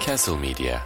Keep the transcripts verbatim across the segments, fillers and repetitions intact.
Castle Media.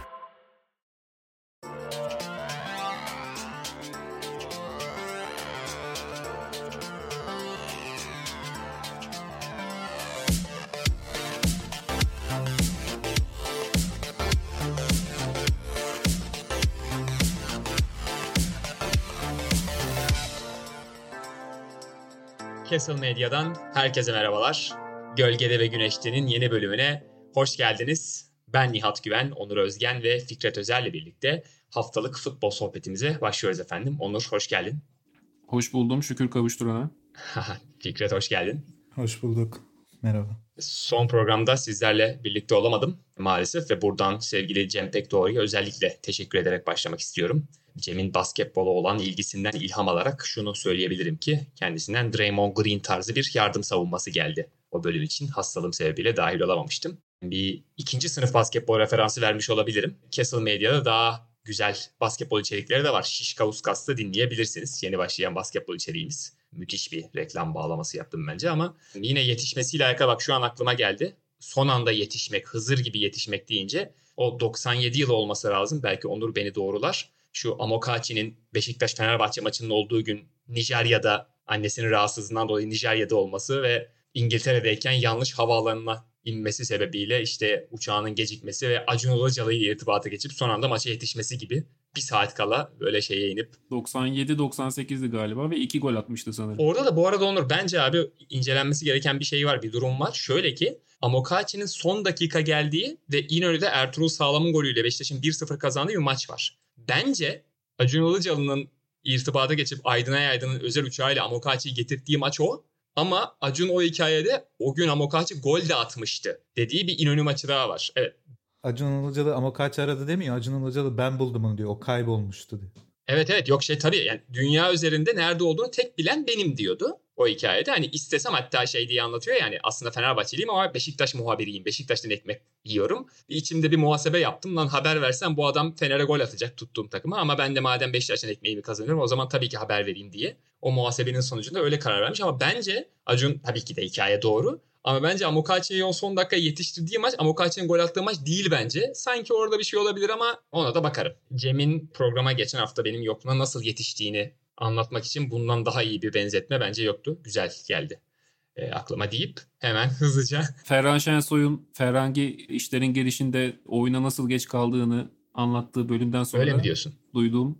Castle Medya'dan herkese merhabalar. Gölgede ve Güneşte'nin yeni bölümüne hoş geldiniz. Ben Nihat Güven, Onur Özgen ve Fikret Özer'le birlikte haftalık futbol sohbetimize başlıyoruz efendim. Onur hoş geldin. Hoş buldum, şükür kavuşturana. Fikret hoş geldin. Hoş bulduk. Merhaba. Son programda sizlerle birlikte olamadım maalesef ve buradan sevgili Cem Pekdoğru'ya özellikle teşekkür ederek başlamak istiyorum. Cem'in basketbola olan ilgisinden ilham alarak şunu söyleyebilirim ki kendisinden Draymond Green tarzı bir yardım savunması geldi. O bölüm için hastalığım sebebiyle dahil olamamıştım. Bir ikinci sınıf basketbol referansı vermiş olabilirim. Castle Medya'da daha güzel basketbol içerikleri de var. Şişka Uskas'ta dinleyebilirsiniz. Yeni başlayan basketbol içeriğimiz. Müthiş bir reklam bağlaması yaptım bence ama yine yetişmesiyle alakalı bak şu an aklıma geldi. Son anda yetişmek, Hızır gibi yetişmek deyince o doksan yedi yıl olması lazım. Belki Onur beni doğrular. Şu Amokachi'nin Beşiktaş-Fenerbahçe maçının olduğu gün Nijerya'da annesinin rahatsızlığından dolayı Nijerya'da olması ve İngiltere'deyken yanlış havaalanına inmesi sebebiyle işte uçağının gecikmesi ve Acun Ilıcalı ile irtibata geçip son anda maça yetişmesi gibi bir saat kala böyle şeye inip. doksan yedi doksan sekizdi galiba ve iki gol atmıştı sanırım. Orada da bu arada Onur bence abi incelenmesi gereken bir şey var, bir durum var. Şöyle ki Amokachi'nin son dakika geldiği ve İnönü'de Ertuğrul Sağlam'ın golüyle Beşiktaş'ın bir sıfır kazandığı bir maç var. Bence Acun Ilıcalı'nın irtibata geçip Aydınay Aydın'ın özel uçağıyla Amokachi'yi getirdiği maç o. Ama Acun o hikayede o gün Amokachi gol de atmıştı dediği bir İnönü maçı daha var. Evet. Acun Ilıcalı Amokachi aradı demiyor. Acun Ilıcalı ben buldum onu diyor. O kaybolmuştu diyor. Evet evet yok şey tabii yani dünya üzerinde nerede olduğunu tek bilen benim diyordu o hikayede. Hani istesem hatta şey diye anlatıyor yani aslında Fenerbahçeliyim ama Beşiktaş muhabiriyim. Beşiktaş'tan ekmek yiyorum. İçimde bir muhasebe yaptım. Lan haber versem bu adam Fener'e gol atacak tuttuğum takıma ama ben de madem Beşiktaş'tan ekmeğimi kazanıyorum o zaman tabii ki haber vereyim diye. O muhasebenin sonucunda öyle karar vermiş ama bence Acun tabii ki de hikaye doğru. Ama bence Amokachi'yi o son dakika yetiştirdiği maç Amokachi'nin gol attığı maç değil bence. Sanki orada bir şey olabilir ama ona da bakarım. Cem'in programa geçen hafta benim yokluğuma nasıl yetiştiğini anlatmak için bundan daha iyi bir benzetme bence yoktu. Güzel geldi e, aklıma deyip hemen hızlıca. Ferhan Şensoy'un Ferhangi işlerin gelişinde oyuna nasıl geç kaldığını anlattığı bölümden sonra öyle mi diyorsun? Duyduğum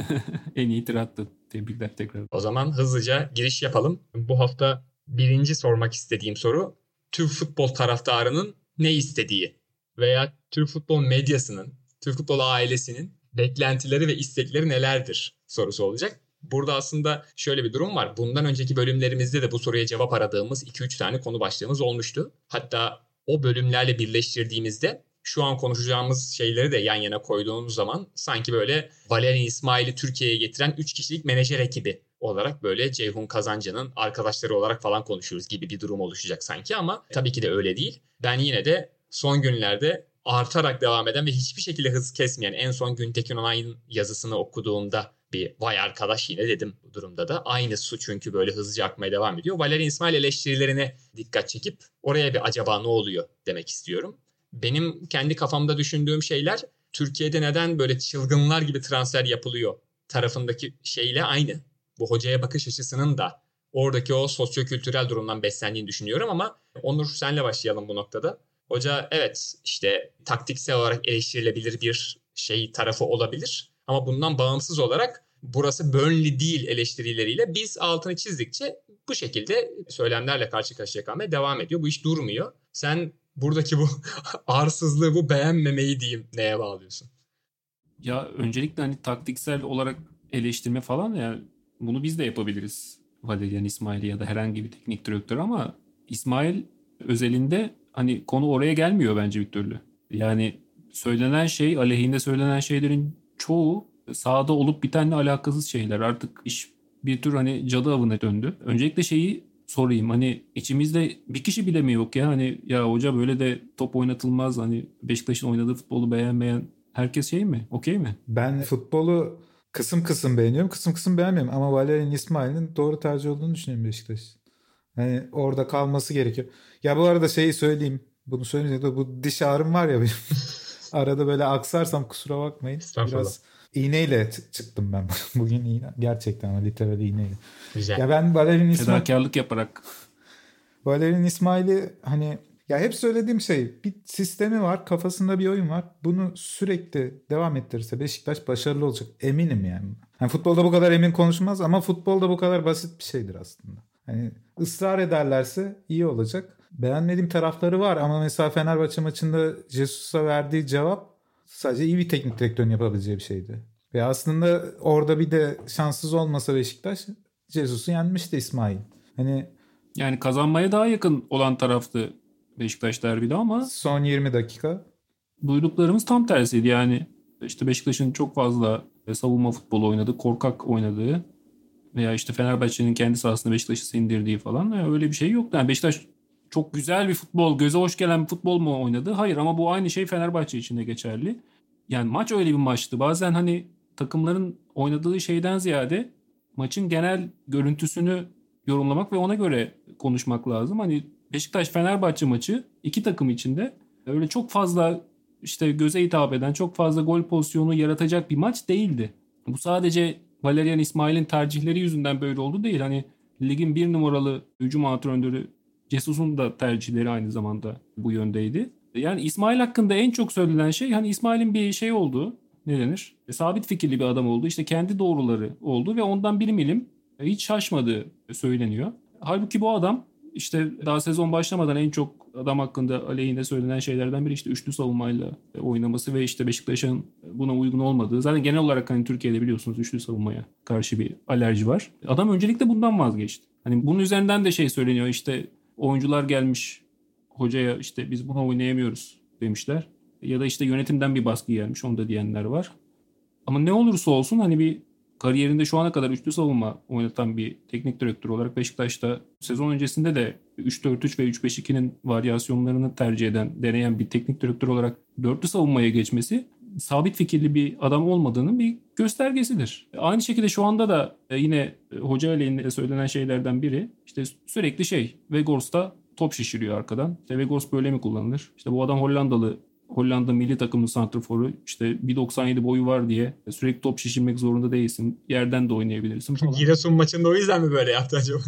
en iyi tirattı. Tebrikler tekrar. O zaman hızlıca giriş yapalım. Bu hafta birinci sormak istediğim soru Türk futbol taraftarının ne istediği veya Türk futbol medyasının, Türk futbol ailesinin beklentileri ve istekleri nelerdir sorusu olacak. Burada aslında şöyle bir durum var. Bundan önceki bölümlerimizde de bu soruya cevap aradığımız iki üç tane konu başlığımız olmuştu. Hatta o bölümlerle birleştirdiğimizde şu an konuşacağımız şeyleri de yan yana koyduğumuz zaman sanki böyle Valerian İsmail'i Türkiye'ye getiren üç kişilik menajer ekibi olarak böyle Ceyhun Kazancı'nın arkadaşları olarak falan konuşuyoruz gibi bir durum oluşacak sanki ama tabii ki de öyle değil. Ben yine de son günlerde artarak devam eden ve hiçbir şekilde hız kesmeyen en son Güntekin Onay'ın yazısını okuduğumda bir vay arkadaş yine dedim bu durumda da. Aynı su çünkü böyle hızlıca akmaya devam ediyor. Valerian İsmail eleştirilerine dikkat çekip oraya bir acaba ne oluyor demek istiyorum. Benim kendi kafamda düşündüğüm şeyler Türkiye'de neden böyle çılgınlar gibi transfer yapılıyor tarafındaki şeyle aynı. Bu hocaya bakış açısının da oradaki o sosyokültürel durumdan beslendiğini düşünüyorum ama Onur senle başlayalım bu noktada. Hoca evet işte taktiksel olarak eleştirilebilir bir şey tarafı olabilir ama bundan bağımsız olarak burası Burnley değil eleştirileriyle biz altını çizdikçe bu şekilde söylemlerle karşı karşıya kalmaya devam ediyor. Bu iş durmuyor. Sen buradaki bu arsızlığı, bu beğenmemeyi diyeyim neye bağlıyorsun? Ya öncelikle hani taktiksel olarak eleştirme falan ya bunu biz de yapabiliriz. Valerian İsmail ya da herhangi bir teknik direktör ama İsmail özelinde hani konu oraya gelmiyor bence bir türlü. Yani söylenen şey, aleyhinde söylenen şeylerin çoğu sahada olup bitenle alakasız şeyler. Artık iş bir tür hani cadı avına döndü. Öncelikle şeyi sorayım hani içimizde bir kişi bile mi yok ya hani ya hoca böyle de top oynatılmaz hani Beşiktaş'ın oynadığı futbolu beğenmeyen herkes şey mi? Okey mi? Ben futbolu kısım kısım beğeniyorum, kısım kısım beğenmiyorum ama Valerian İsmail'in doğru tercih olduğunu düşünüyorum Beşiktaş. Yani orada kalması gerekiyor. Ya bu arada şeyi söyleyeyim. Bunu söyleyeyim de bu diş ağrım var ya benim. Arada böyle aksarsam kusura bakmayın. Estağfurullah. Biraz iğneyle ç- çıktım ben bugün iğne. Gerçekten ama literal iğneyle. Güzel. Ya ben Valerian İsmail, Fedakarlık yaparak. Valerian İsmail'i hani ya hep söylediğim şey, bir sistemi var, kafasında bir oyun var. Bunu sürekli devam ettirirse Beşiktaş başarılı olacak. Eminim yani. Hani futbolda bu kadar emin konuşmaz ama futbolda bu kadar basit bir şeydir aslında. Hani ısrar ederlerse iyi olacak. Beğenmediğim tarafları var ama mesela Fenerbahçe maçında Jesus'a verdiği cevap sadece iyi bir teknik direktörün yapabileceği bir şeydi. Ve aslında orada bir de şanssız olmasa Beşiktaş Jesus'u yenmişti İsmail. Hani Yani kazanmaya daha yakın olan taraftı Beşiktaş derbide ama son yirmi dakika duyduklarımız tam tersiydi. Yani işte Beşiktaş'ın çok fazla savunma futbolu oynadığı, korkak oynadığı veya işte Fenerbahçe'nin kendi sahasında Beşiktaş'ı sindirdiği falan, yani öyle bir şey yok. Yani Beşiktaş çok güzel bir futbol, göze hoş gelen bir futbol mu oynadı? Hayır, ama bu aynı şey Fenerbahçe için de geçerli. Yani maç öyle bir maçtı. Bazen hani takımların oynadığı şeyden ziyade maçın genel görüntüsünü yorumlamak ve ona göre konuşmak lazım. Hani Beşiktaş-Fenerbahçe maçı iki takım içinde öyle çok fazla işte göze hitap eden, çok fazla gol pozisyonu yaratacak bir maç değildi. Bu sadece Valerian İsmail'in tercihleri yüzünden böyle oldu değil. Hani ligin bir numaralı hücum antrenörü Jesus'un da tercihleri aynı zamanda bu yöndeydi. Yani İsmail hakkında en çok söylenen şey, hani İsmail'in bir şey olduğu, ne denir? E, sabit fikirli bir adam oldu. İşte kendi doğruları oldu ve ondan bir milim e, hiç şaşmadığı söyleniyor. Halbuki bu adam işte daha sezon başlamadan en çok adam hakkında aleyhinde söylenen şeylerden biri işte üçlü savunmayla oynaması ve işte Beşiktaş'ın buna uygun olmadığı. Zaten genel olarak hani Türkiye'de biliyorsunuz üçlü savunmaya karşı bir alerji var. Adam öncelikle bundan vazgeçti. Hani bunun üzerinden de şey söyleniyor, işte oyuncular gelmiş hocaya, işte biz buna oynayamıyoruz demişler. Ya da işte yönetimden bir baskı gelmiş, onu da diyenler var. Ama ne olursa olsun hani bir kariyerinde şu ana kadar üçlü savunma oynatan bir teknik direktör olarak Beşiktaş'ta sezon öncesinde de üç dört üç ve üç beş ikinin varyasyonlarını tercih eden, deneyen bir teknik direktör olarak dörtlü savunmaya geçmesi sabit fikirli bir adam olmadığının bir göstergesidir. Aynı şekilde şu anda da yine hoca aleyhinde söylenen şeylerden biri işte sürekli şey, Weghorst'a top şişiriyor arkadan. İşte Weghorst böyle mi kullanılır? İşte bu adam Hollandalı, Hollanda milli takımının santraforu, işte bir doksan yedi boyu var diye sürekli top şişirmek zorunda değilsin. Yerden de oynayabilirsin falan. Giresun maçında o yüzden mi böyle yaptı acaba?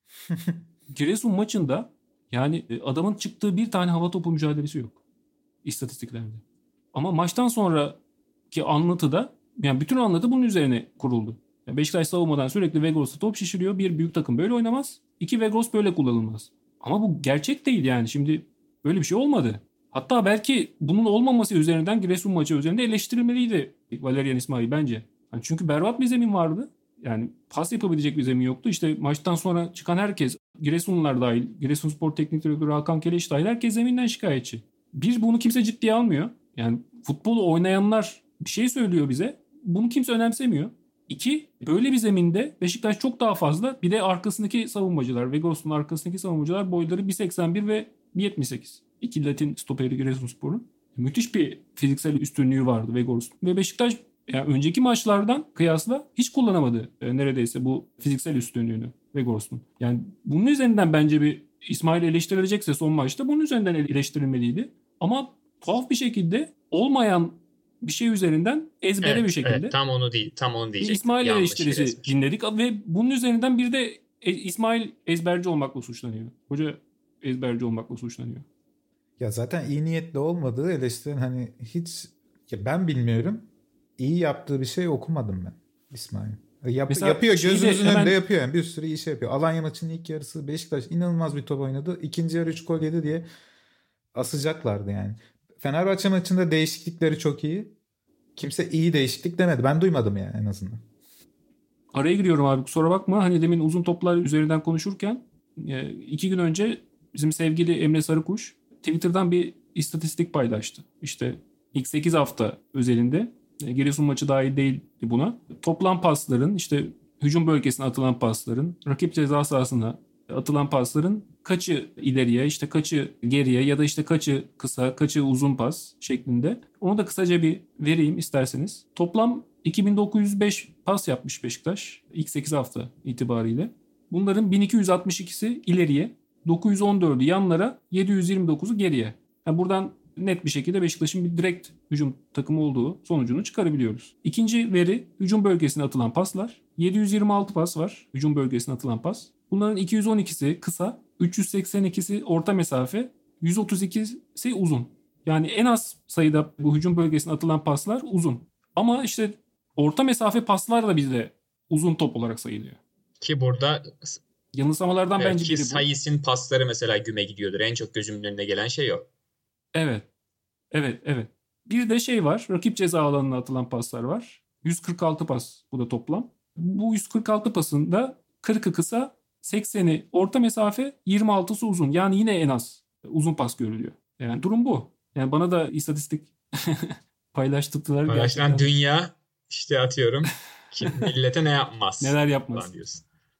Giresun maçında yani adamın çıktığı bir tane hava topu mücadelesi yok istatistiklerde. Ama maçtan sonraki anlatıda, yani bütün anlatı bunun üzerine kuruldu. Yani Beşiktaş savunmadan sürekli Weghorst'a top şişiriyor. Bir, büyük takım böyle oynamaz. İki, Weghorst böyle kullanılmaz. Ama bu gerçek değil yani. Şimdi böyle bir şey olmadı. Hatta belki bunun olmaması üzerinden Giresun maçı üzerinde eleştirilmeliydi Valerian İsmail bence. Yani çünkü berbat bir zemin vardı. Yani pas yapabilecek bir zemin yoktu. İşte maçtan sonra çıkan herkes, Giresunlular dahil, Giresunspor Teknik Direktörü Hakan Keleş dahil, herkes zeminden şikayetçi. Bir, bunu kimse ciddiye almıyor. Yani futbolu oynayanlar bir şey söylüyor bize. Bunu kimse önemsemiyor. İki, böyle bir zeminde Beşiktaş çok daha fazla, bir de arkasındaki savunmacılar, Weghorst'un arkasındaki savunmacılar boyları bir seksen bir ve bir yetmiş sekiz. İki Latin stoperi Giresunspor'un. Müthiş bir fiziksel üstünlüğü vardı Weghorst. Ve Beşiktaş yani önceki maçlardan kıyasla hiç kullanamadı e, neredeyse bu fiziksel üstünlüğünü Weghorst'un. Yani bunun üzerinden bence bir İsmail eleştirilecekse son maçta bunun üzerinden eleştirilmeliydi. Ama tuhaf bir şekilde olmayan bir şey üzerinden ezbere evet, bir şekilde. Evet, tam onu değil, tam onu diyecektim. İsmail Yanlış eleştirisi resmen dinledik ve bunun üzerinden bir de İsmail ezberci olmakla suçlanıyor. Hoca ezberci olmakla suçlanıyor. ya zaten iyi niyetli olmadığı eleştiren hani hiç, ya ben bilmiyorum, iyi yaptığı bir şey okumadım ben İsmail. Yap, Mesela yapıyor, gözümüzün hemen... önünde yapıyor yani, bir sürü iyi şey yapıyor. Alanya maçının ilk yarısı Beşiktaş inanılmaz bir top oynadı. İkinci yarı üç gol yedi diye asacaklardı yani. Fenerbahçe maçında değişiklikleri çok iyi. Kimse iyi değişiklik demedi. Ben duymadım yani en azından. Araya giriyorum abi, kusura bakma. Hani demin uzun toplar üzerinden konuşurken iki gün önce bizim sevgili Emre Sarıkuş Twitter'dan bir istatistik paylaştı. İşte ilk sekiz hafta özelinde, Giresun maçı dahil değil buna, toplam pasların, işte hücum bölgesine atılan pasların, rakip ceza sahasına atılan pasların kaçı ileriye, işte kaçı geriye ya da işte kaçı kısa, kaçı uzun pas şeklinde. Onu da kısaca bir vereyim isterseniz. Toplam iki bin dokuz yüz beş pas yapmış Beşiktaş ilk sekiz hafta itibariyle. Bunların bin iki yüz altmış ikisi ileriye, dokuz yüz on dördü yanlara, yedi yüz yirmi dokuzu geriye. Yani buradan net bir şekilde Beşiktaş'ın bir direkt hücum takımı olduğu sonucunu çıkarabiliyoruz. İkinci veri hücum bölgesine atılan paslar. yedi yüz yirmi altı pas var hücum bölgesine atılan pas. Bunların iki yüz on ikisi kısa, üç yüz seksen ikisi orta mesafe, yüz otuz ikisi uzun. Yani en az sayıda bu hücum bölgesine atılan paslar uzun. Ama işte orta mesafe paslar da bizde uzun top olarak sayılıyor. Ki burada yanılsamalardan evet, bence ki biri bu. Saïs'in pasları mesela güme gidiyordur. En çok gözümün önüne gelen şey o. Evet. Evet, evet. Bir de şey var. Rakip ceza alanına atılan paslar var. yüz kırk altı pas bu da toplam. Bu yüz kırk altı pasın da kırkı kısa, sekseni orta mesafe, yirmi altısı uzun. Yani yine en az uzun pas görülüyor. Yani durum bu. Yani bana da istatistik paylaştıkları Paylaşılan gerçekten. dünya işte atıyorum ki millete ne yapmaz. Neler yapmaz. Diyorsun.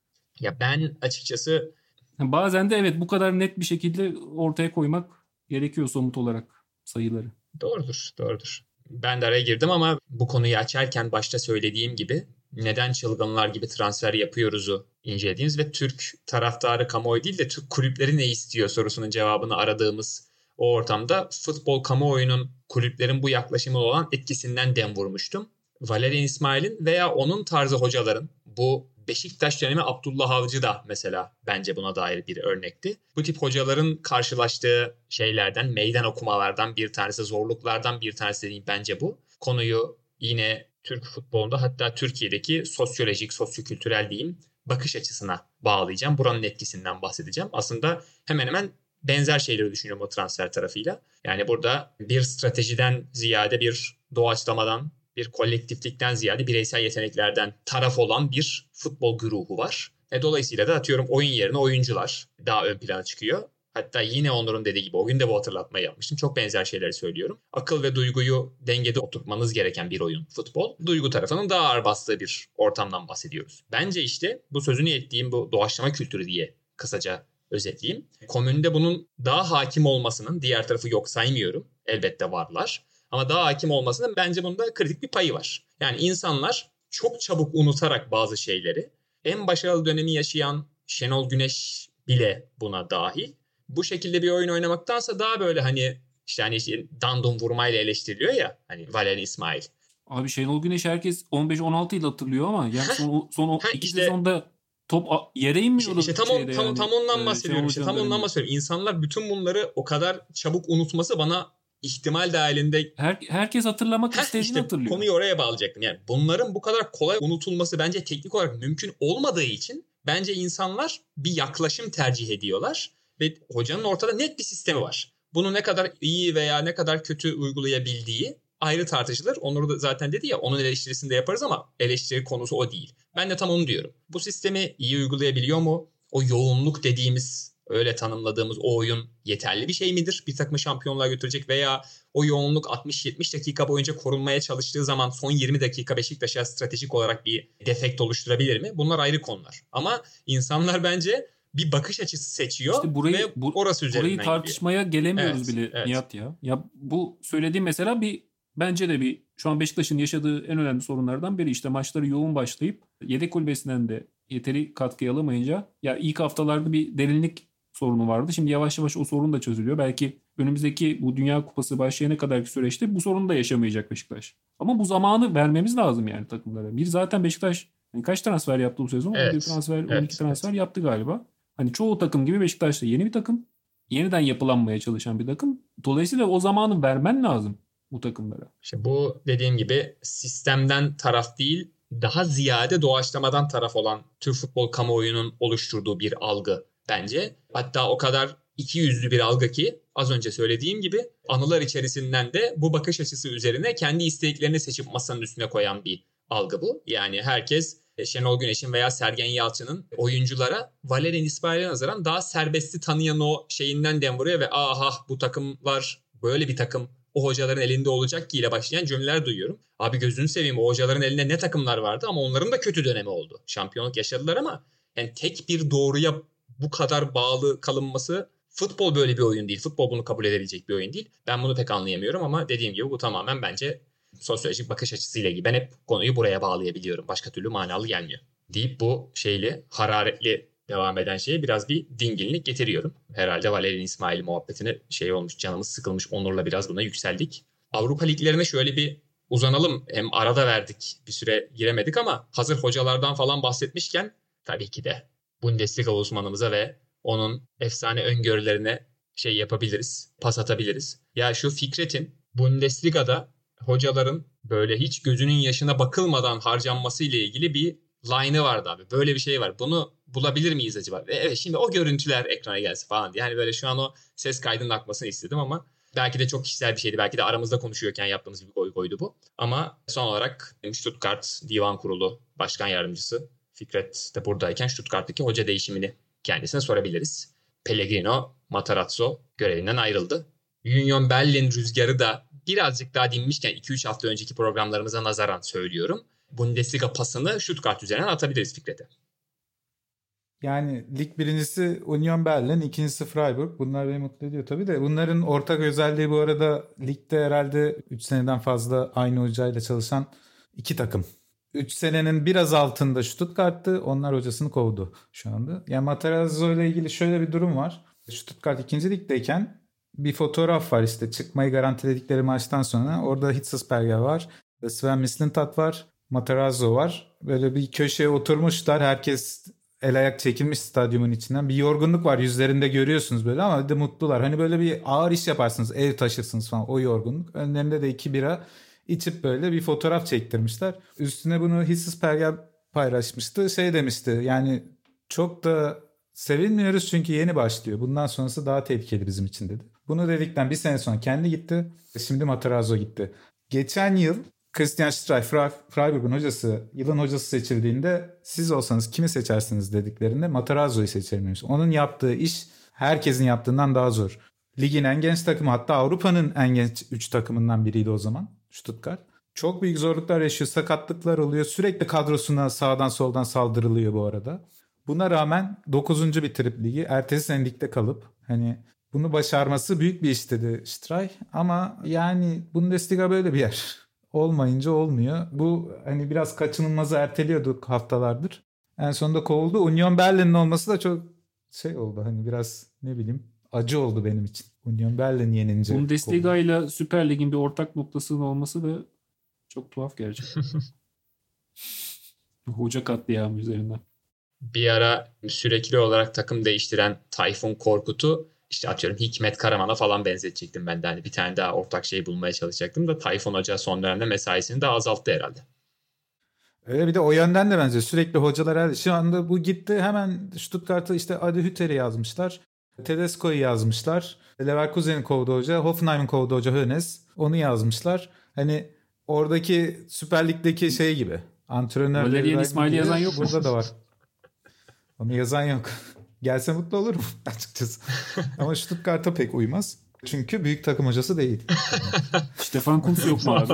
Ya ben açıkçası bazen de evet bu kadar net bir şekilde ortaya koymak gerekiyor somut olarak sayıları. Doğrudur, doğrudur. Ben de araya girdim ama bu konuyu açarken başta söylediğim gibi neden çılgınlar gibi transfer yapıyoruzu incelediğimiz ve Türk taraftarı kamuoyu değil de Türk kulüpleri ne istiyor sorusunun cevabını aradığımız o ortamda futbol kamuoyunun kulüplerin bu yaklaşımı olan etkisinden dem vurmuştum. Valerian İsmail'in veya onun tarzı hocaların bu Beşiktaş dönemi Abdullah Avcı da mesela bence buna dair bir örnekti. Bu tip hocaların karşılaştığı şeylerden, meydan okumalardan bir tanesi, zorluklardan bir tanesi dediğim bence bu. Konuyu yine Türk futbolunda hatta Türkiye'deki sosyolojik, sosyokültürel diyeyim bakış açısına bağlayacağım. Buranın etkisinden bahsedeceğim. Aslında hemen hemen benzer şeyleri düşünüyorum o transfer tarafıyla. Yani burada bir stratejiden ziyade bir doğaçlamadan, bir kolektiflikten ziyade bireysel yeteneklerden taraf olan bir futbol güruhu var. E dolayısıyla da atıyorum oyun yerine oyuncular daha ön plana çıkıyor. Hatta yine Onur'un dediği gibi o gün de bu hatırlatmayı yapmıştım. Çok benzer şeyleri söylüyorum. Akıl ve duyguyu dengede oturtmanız gereken bir oyun futbol. Duygu tarafının daha ağır bastığı bir ortamdan bahsediyoruz. Bence işte bu sözünü ettiğim bu doğaçlama kültürü diye kısaca özetleyeyim. Komünde bunun daha hakim olmasının diğer tarafı yok saymıyorum. Elbette varlar. Ama daha hakim olmasının bence bunda kritik bir payı var. Yani insanlar çok çabuk unutarak bazı şeyleri, en başarılı dönemi yaşayan Şenol Güneş bile buna dahil, bu şekilde bir oyun oynamaktansa daha böyle hani işte hani işte dandun vurmayla eleştiriliyor ya hani Valerian İsmail. Abi Şenol Güneş herkes on beş on altı yıl hatırlıyor ama yani son, son iki işte, sezonda top yere inmiyordu. İşte, işte tam, on, tam, yani, tam ondan e, bahsediyorum. İşte, tam ondan bahsediyorum. İnsanlar bütün bunları o kadar çabuk unutması bana ihtimal dahilinde... Her, herkes hatırlamak Heh, istediğini işte hatırlıyor. Konuyu oraya bağlayacaktım. Yani bunların bu kadar kolay unutulması bence teknik olarak mümkün olmadığı için bence insanlar bir yaklaşım tercih ediyorlar. Ve hocanın ortada net bir sistemi var. Bunu ne kadar iyi veya ne kadar kötü uygulayabildiği ayrı tartışılır. Onur da zaten dedi ya onun eleştirisini de yaparız ama eleştiri konusu o değil. Ben de tam onu diyorum. Bu sistemi iyi uygulayabiliyor mu? O yoğunluk dediğimiz, öyle tanımladığımız o oyun yeterli bir şey midir? Bir takımı şampiyonluğa götürecek veya o yoğunluk altmış yetmiş dakika boyunca korunmaya çalıştığı zaman son yirmi dakika Beşiktaş'a stratejik olarak bir defekt oluşturabilir mi? Bunlar ayrı konular. Ama insanlar bence bir bakış açısı seçiyor işte burayı, ve bu, orası üzerinden burayı tartışmaya gidiyor. gelemiyoruz Evet, bile evet. Nihat ya. Ya bu söylediğim mesela bir bence de bir şu an Beşiktaş'ın yaşadığı en önemli sorunlardan biri. İşte maçları yoğun başlayıp yedek kulübesinden de yeteri katkı alamayınca ya ilk haftalarda bir derinlik sorunu vardı. Şimdi yavaş yavaş o sorun da çözülüyor. Belki önümüzdeki bu Dünya Kupası başlayana kadarki süreçte bu sorunu da yaşamayacak Beşiktaş. Ama bu zamanı vermemiz lazım yani takımlara. Bir zaten Beşiktaş yani kaç transfer yaptı bu sezon? Evet, on bir transfer, on iki evet, transfer evet. yaptı galiba. Hani çoğu takım gibi Beşiktaş da yeni bir takım. Yeniden yapılanmaya çalışan bir takım. Dolayısıyla o zamanı vermen lazım bu takımlara. İşte bu dediğim gibi sistemden taraf değil, daha ziyade doğaçlamadan taraf olan Türk futbol kamuoyunun oluşturduğu bir algı bence. Hatta o kadar iki yüzlü bir algı ki az önce söylediğim gibi anılar içerisinden de bu bakış açısı üzerine kendi isteklerini seçip masanın üstüne koyan bir algı bu. Yani herkes Şenol Güneş'in veya Sergen Yalçın'ın oyunculara Valerian İsmail'e nazaran daha serbesti tanıyan o şeyinden dem vuruyor ve aha bu takımlar böyle bir takım o hocaların elinde olacak ki ile başlayan cümleler duyuyorum. Abi gözünü seveyim o hocaların elinde ne takımlar vardı ama onların da kötü dönemi oldu. Şampiyonluk yaşadılar ama yani tek bir doğruya bu kadar bağlı kalınması futbol böyle bir oyun değil. Futbol bunu kabul edebilecek bir oyun değil. Ben bunu pek anlayamıyorum ama dediğim gibi bu tamamen bence sosyolojik bakış açısıyla ilgili. Ben hep konuyu buraya bağlayabiliyorum. Başka türlü manalı gelmiyor. Deyip bu şeyli hararetli devam eden şeye biraz bir dinginlik getiriyorum. Herhalde Valerian İsmail muhabbetine şey olmuş, canımız sıkılmış. Onur'la biraz buna yükseldik. Avrupa liglerine şöyle bir uzanalım. Hem arada verdik, bir süre giremedik ama hazır hocalardan falan bahsetmişken tabii ki de Bundesliga uzmanımıza ve onun efsane öngörülerine şey yapabiliriz, pas atabiliriz. Ya şu Fikret'in Bundesliga'da hocaların böyle hiç gözünün yaşına bakılmadan harcanması ile ilgili bir line'ı vardı abi. Böyle bir şey var. Bunu bulabilir miyiz acaba? E, evet, şimdi o görüntüler ekrana gelsin falan. Yani böyle şu an o ses kaydının akmasını istedim ama belki de çok kişisel bir şeydi. Belki de aramızda konuşuyorken yaptığımız bir goy goydu bu. Ama son olarak Stuttgart Divan Kurulu Başkan Yardımcısı Fikret de buradayken Stuttgart'taki hoca değişimini kendisine sorabiliriz. Pellegrino Matarazzo görevinden ayrıldı. Union Berlin rüzgarı da birazcık daha dinmişken iki üç hafta önceki programlarımıza nazaran söylüyorum. Bundesliga pasını Stuttgart üzerinden atabiliriz Fikret'e. Yani lig birincisi Union Berlin, ikincisi Freiburg. Bunlar beni mutlu ediyor tabii de. Bunların ortak özelliği bu arada ligde herhalde üç seneden fazla aynı hocayla çalışan iki takım. üç senenin biraz altında Stuttgart'tı. Onlar hocasını kovdu şu anda. Yani Matarazzo ile ilgili şöyle bir durum var. Stuttgart ikinci ligdeyken bir fotoğraf var işte çıkmayı garantiledikleri maçtan sonra. Orada Hitzelsperger var. Sven Mislintat var. Matarazzo var. Böyle bir köşeye oturmuşlar. Herkes el ayak çekilmiş stadyumun içinden. Bir yorgunluk var yüzlerinde görüyorsunuz böyle ama bir de mutlular. Hani böyle bir ağır iş yaparsınız, ev taşırsınız falan o yorgunluk. Önlerinde de iki bira içip böyle bir fotoğraf çektirmişler. Üstüne bunu Hitzelsperger paylaşmıştı. Şey demişti yani çok da sevinmiyoruz çünkü yeni başlıyor. Bundan sonrası daha tehlikeli bizim için dedi. Bunu dedikten bir sene sonra kendi gitti. Şimdi Matarazzo gitti. Geçen yıl Christian Streich, Freiburg'un hocası, yılın hocası seçildiğinde siz olsanız kimi seçersiniz dediklerinde Matarazzo'yu seçerim demiş. Onun yaptığı iş herkesin yaptığından daha zor. Ligin en genç takımı, hatta Avrupa'nın en genç üç takımından biriydi o zaman Stuttgart. Çok büyük zorluklar yaşıyor, sakatlıklar oluyor. Sürekli kadrosuna sağdan soldan saldırılıyor bu arada. Buna rağmen dokuzuncu bitirip ligi, ertesi sene ligde kalıp hani bunu başarması büyük bir iş dedi Streich. Ama yani Bundesliga böyle bir yer. Olmayınca olmuyor. Bu hani biraz kaçınılmazı erteliyorduk haftalardır. En sonunda kovuldu. Union Berlin'in olması da çok şey oldu. Hani biraz ne bileyim acı oldu benim için. Union Berlin yenince. Bundesliga ile Süper Lig'in bir ortak noktasının olması da çok tuhaf gerçekten. Hoca katliamı üzerinden. Bir ara sürekli olarak takım değiştiren Tayfun Korkut'u işte atıyorum Hikmet Karaman'a falan benzetecektim ben de. Hani bir tane daha ortak şey bulmaya çalışacaktım da Tayfun Hoca son dönemde mesaisini daha azalttı herhalde. Öyle bir de o yönden de bence sürekli hocalar her şu anda bu gitti hemen Stuttgart'a işte Adi Hütter'i yazmışlar. Tedesco'yu yazmışlar. Leverkusen'in kovdu hoca. Hoffenheim'in kovdu hoca Hönes. Onu yazmışlar. Hani oradaki Süper Lig'deki şey gibi. Antrenör Valerian İsmail'i yazan yok mu? Burada da var. Onu yazan yok. Gelse mutlu olurum açıkçası. Ama Stuttgart'a pek uymaz. Çünkü büyük takım hocası değil. Stefan Kuntz yok mu abi?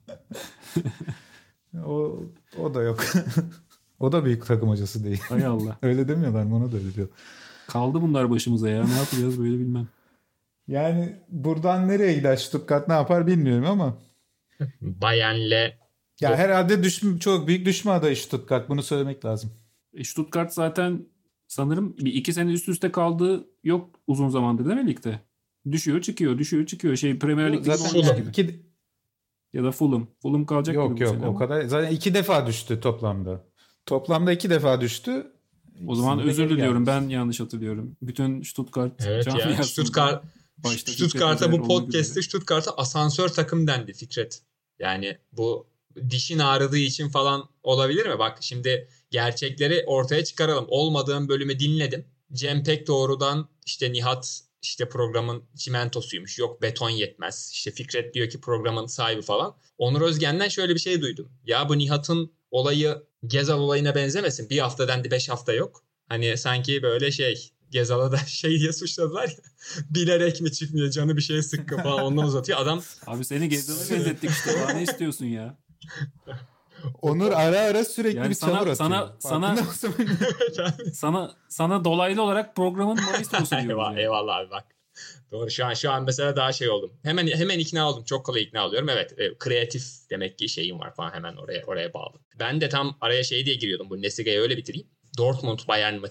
o, o da yok. O da büyük takım hocası değil. Hay Allah. Öyle demiyorlar mı? Ona da öyle diyor. Kaldı bunlar başımıza ya. Ne yapacağız böyle bilmem. Yani buradan nereye gider Stuttgart ne yapar bilmiyorum ama. Bayern'le Ya herhalde düşme, çok büyük düşme adayı Stuttgart. Bunu söylemek lazım. E Stuttgart zaten sanırım bir iki sene üst üste kaldığı yok uzun zamandır değil mi ligde? Düşüyor çıkıyor düşüyor çıkıyor. Şey Premier Lig'de zaten iki... ya da Fulham. Fulham kalacak yok gibi yok bu o ama. kadar. Zaten iki defa düştü toplamda. Toplamda iki defa düştü. O zaman İkisinde özür geri diliyorum. gelmiş. Ben yanlış hatırlıyorum. Bütün Stuttgart evet ya camiasında Stuttgart başta Stuttgart'a bu Fikret podcast'te Stuttgart'a asansör takım dendi Fikret. Yani bu dişin ağrıdığı için falan olabilir mi? Bak şimdi gerçekleri ortaya çıkaralım. Olmadığım bölümü dinledim. Cem Pek doğrudan işte Nihat işte programın çimentosuymuş. Yok beton yetmez. İşte Fikret diyor ki programın sahibi falan. Onur Özgen'den şöyle bir şey duydum. Ya bu Nihat'ın olayı Gezal olayına benzemesin. Bir hafta dendi beş hafta yok. Hani sanki böyle şey Gezal'a da şey diye suçladılar ya. Bilerek mi çıkmıyor canı bir şeye sıkkı falan ondan uzatıyor. Adam Abi seni Gezal'a benzettik işte. Daha ne istiyorsun ya? Onur ara ara sürekli Yani bir sana- çamur atıyor. sana- sana- Farkında mısın? Sana sana dolaylı olarak programın maestrosu diyoruz Eyvallah, yani. eyvallah abi bak. Doğru şu an şu an mesela daha şey oldum. Hemen hemen ikna oldum. Çok kolay ikna oluyorum. Evet, e, kreatif demek ki şeyim var falan hemen oraya oraya bağlı. Ben de tam araya şey diye giriyordum. Bu Bundesliga'yı öyle bitireyim. Dortmund Bayern maçı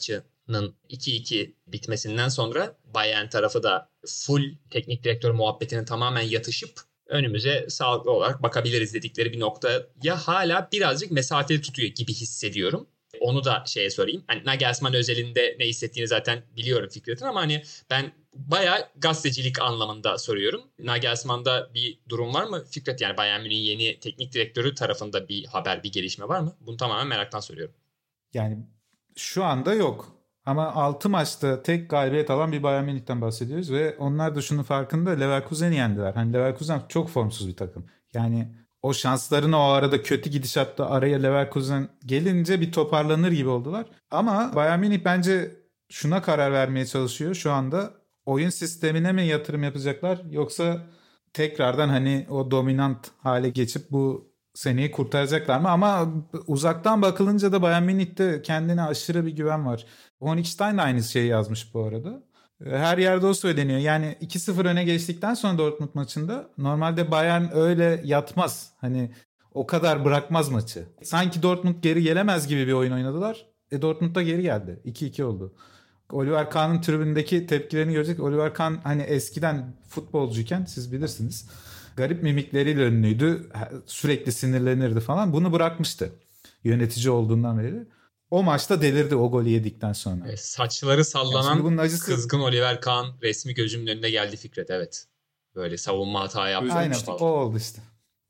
Bayern'in iki iki bitmesinden sonra Bayern tarafı da full teknik direktör muhabbetine tamamen yatışıp önümüze sağlıklı olarak bakabiliriz dedikleri bir noktaya hala birazcık mesafeli tutuyor gibi hissediyorum. Onu da şeye sorayım. Hani Nagelsmann özelinde ne hissettiğini zaten biliyorum Fikret'in ama hani ben bayağı gazetecilik anlamında soruyorum. Nagelsmann'da bir durum var mı Fikret? Yani Bayern Münih'in yeni teknik direktörü tarafında bir haber, bir gelişme var mı? Bunu tamamen meraktan soruyorum. Yani şu anda yok. Ama altı maçta tek galibiyet alan bir Bayern Münih'ten bahsediyoruz ve onlar da şunun farkında, Leverkusen'i yendiler. Hani Leverkusen çok formsuz bir takım. Yani o şanslarını o arada kötü gidişatta araya Leverkusen gelince bir toparlanır gibi oldular. Ama Bayern Münih bence şuna karar vermeye çalışıyor şu anda. Oyun sistemine mi yatırım yapacaklar yoksa tekrardan hani o dominant hale geçip bu seneyi kurtaracaklar mı? Ama uzaktan bakılınca da Bayern Münih'te kendine aşırı bir güven var. Honigstein de aynı şeyi yazmış bu arada. Her yerde o söyleniyor. Yani iki sıfır öne geçtikten sonra Dortmund maçında normalde Bayern öyle yatmaz. Hani o kadar bırakmaz maçı. Sanki Dortmund geri gelemez gibi bir oyun oynadılar. E Dortmund da geri geldi. iki iki oldu. Oliver Kahn'ın tribündeki tepkilerini görecek. Oliver Kahn hani eskiden futbolcuyken siz bilirsiniz. Garip mimikleriyle ünlüydü. Sürekli sinirlenirdi falan. Bunu bırakmıştı. Yönetici olduğundan beri. O maçta delirdi o golü yedikten sonra. E, saçları sallanan yani acısı... kızgın Oliver Kahn resmi gözümün önüne geldi Fikret, evet. Böyle savunma hata yaptı. Aynen falan. O oldu işte.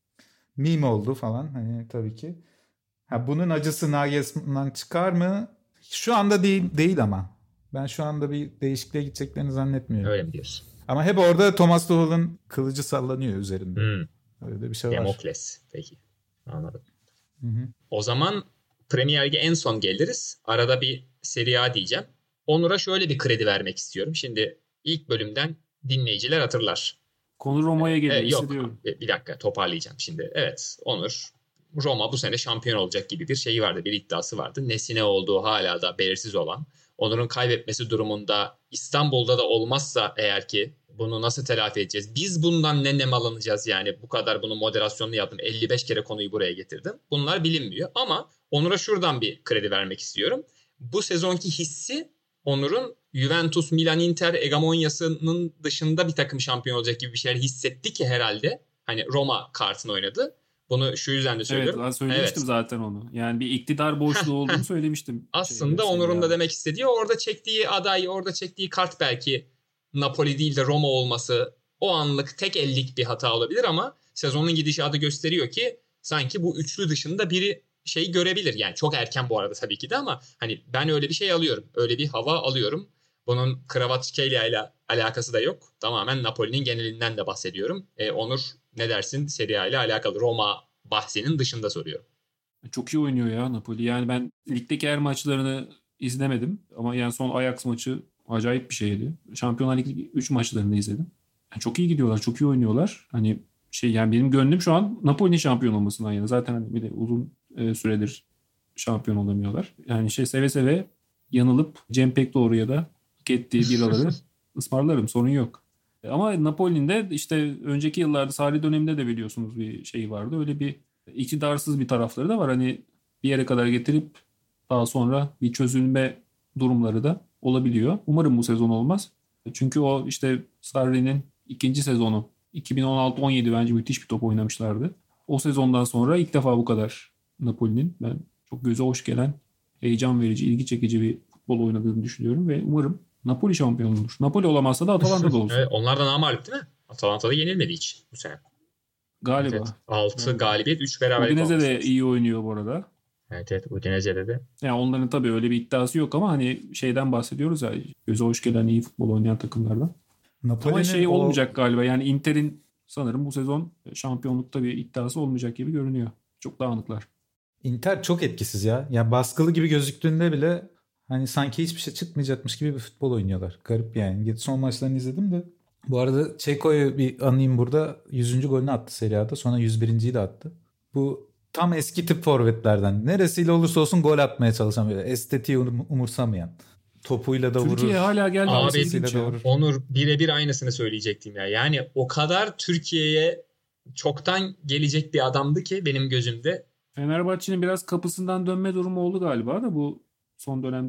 Meme oldu falan hani tabii ki. Ha, bunun acısı Nagelsmann'dan çıkar mı? Şu anda değil, değil ama. Ben şu anda bir değişikliğe gideceklerini zannetmiyorum. Öyle mi diyorsun? Ama hep orada Thomas Tuchel'ın kılıcı sallanıyor üzerinde. Hmm. Öyle bir şey var. Demokles. Peki. Anladım. Hı hı. O zaman Premier Lig'e en son geliriz. Arada bir Serie A diyeceğim. Onur'a şöyle bir kredi vermek istiyorum. Şimdi ilk bölümden dinleyiciler hatırlar. Konu Roma'ya geliyor. E, yok hissediyorum. bir dakika toparlayacağım şimdi. Evet Onur, Roma bu sene şampiyon olacak gibi bir şeyi vardı. Bir iddiası vardı. Nesine olduğu hala da belirsiz olan. Onur'un kaybetmesi durumunda İstanbul'da da olmazsa eğer ki bunu nasıl telafi edeceğiz? Biz bundan ne nemalanacağız yani? Bu kadar bunu moderasyonlu yaptım. elli beş kere konuyu buraya getirdim. Bunlar bilinmiyor ama Onur'a şuradan bir kredi vermek istiyorum. Bu sezonki hissi Onur'un Juventus, Milan, Inter hegemonyasının dışında bir takım şampiyon olacak gibi bir şeyler hissetti ki herhalde. Hani Roma kartını oynadı. Bunu şu yüzden de söylüyorum. Evet, ben söylemiştim evet. zaten onu. Yani bir iktidar boşluğu olduğunu söylemiştim. Aslında şeyde, Onur'un da demek istediği orada çektiği aday, orada çektiği kart belki Napoli değil de Roma olması o anlık tek ellik bir hata olabilir ama sezonun gidişatı gösteriyor ki sanki bu üçlü dışında biri şey görebilir. Yani çok erken bu arada tabii ki de ama hani ben öyle bir şey alıyorum. Öyle bir hava alıyorum. Bunun Kvaratskhelia ile alakası da yok. Tamamen Napoli'nin genelinden de bahsediyorum. E, Onur ne dersin Serie A ile alakalı? Roma bahsinin dışında soruyorum. Çok iyi oynuyor ya Napoli. Yani ben ligdeki her maçlarını izlemedim. Ama yani son Ajax maçı acayip bir şeydi. Şampiyonlar Ligi üç maçlarını izledim. Yani çok iyi gidiyorlar. Çok iyi oynuyorlar. Hani şey yani benim gönlüm şu an Napoli'nin şampiyon olmasından yana. Zaten hani bir de uzun e, süredir şampiyon olamıyorlar. Yani şey seve seve yanılıp Cem Pekdoğru'ya da hak ettiği biraları ısmarlarım. Sorun yok. Ama Napoli'nin de işte önceki yıllarda Sarri döneminde de biliyorsunuz bir şey vardı. Öyle bir iktidarsız bir tarafları da var. Hani bir yere kadar getirip daha sonra bir çözülme durumları da olabiliyor. Umarım bu sezon olmaz. Çünkü o işte Sarri'nin ikinci sezonu iki bin on altı on yedi bence müthiş bir top oynamışlardı. O sezondan sonra ilk defa bu kadar Napoli'nin ben çok göze hoş gelen, heyecan verici, ilgi çekici bir futbol oynadığını düşünüyorum ve umarım Napoli şampiyon olur. Napoli olamazsa da Atalanta da olsun. Evet, onlardan namalip değil mi? Atalanta'da yenilmedi hiç bu sene. Galiba. Evet, altı yani. galibiyet, üç beraberlik olmuş. Udinese de iyi oynuyor bu arada. Evet evet Udinese'de de. Yani onların tabii öyle bir iddiası yok ama hani şeyden bahsediyoruz ya göze hoş gelen iyi futbol oynayan takımlardan. Napoli'nin ama şey o... olmayacak galiba yani Inter'in sanırım bu sezon şampiyonlukta bir iddiası olmayacak gibi görünüyor. Çok dağınıklar. Inter çok etkisiz ya. Ya baskılı gibi gözüktüğünde bile hani sanki hiçbir şey çıkmayacakmış gibi bir futbol oynuyorlar. Garip yani. Son maçlarını izledim de. Bu arada Ceko'yu bir anayım burada. yüzüncü golünü attı Serie A'da. Sonra yüz birinciyi de attı. Bu tam eski tip forvetlerden. Neresiyle olursa olsun gol atmaya çalışan böyle. Estetiği umursamayan. Topuyla da vurur. Türkiye hala geldi. Abi da vurur. Onur birebir aynısını söyleyecektim ya. Yani o kadar Türkiye'ye çoktan gelecek bir adamdı ki benim gözümde. Fenerbahçe'nin biraz kapısından dönme durumu oldu galiba da bu son dönemde.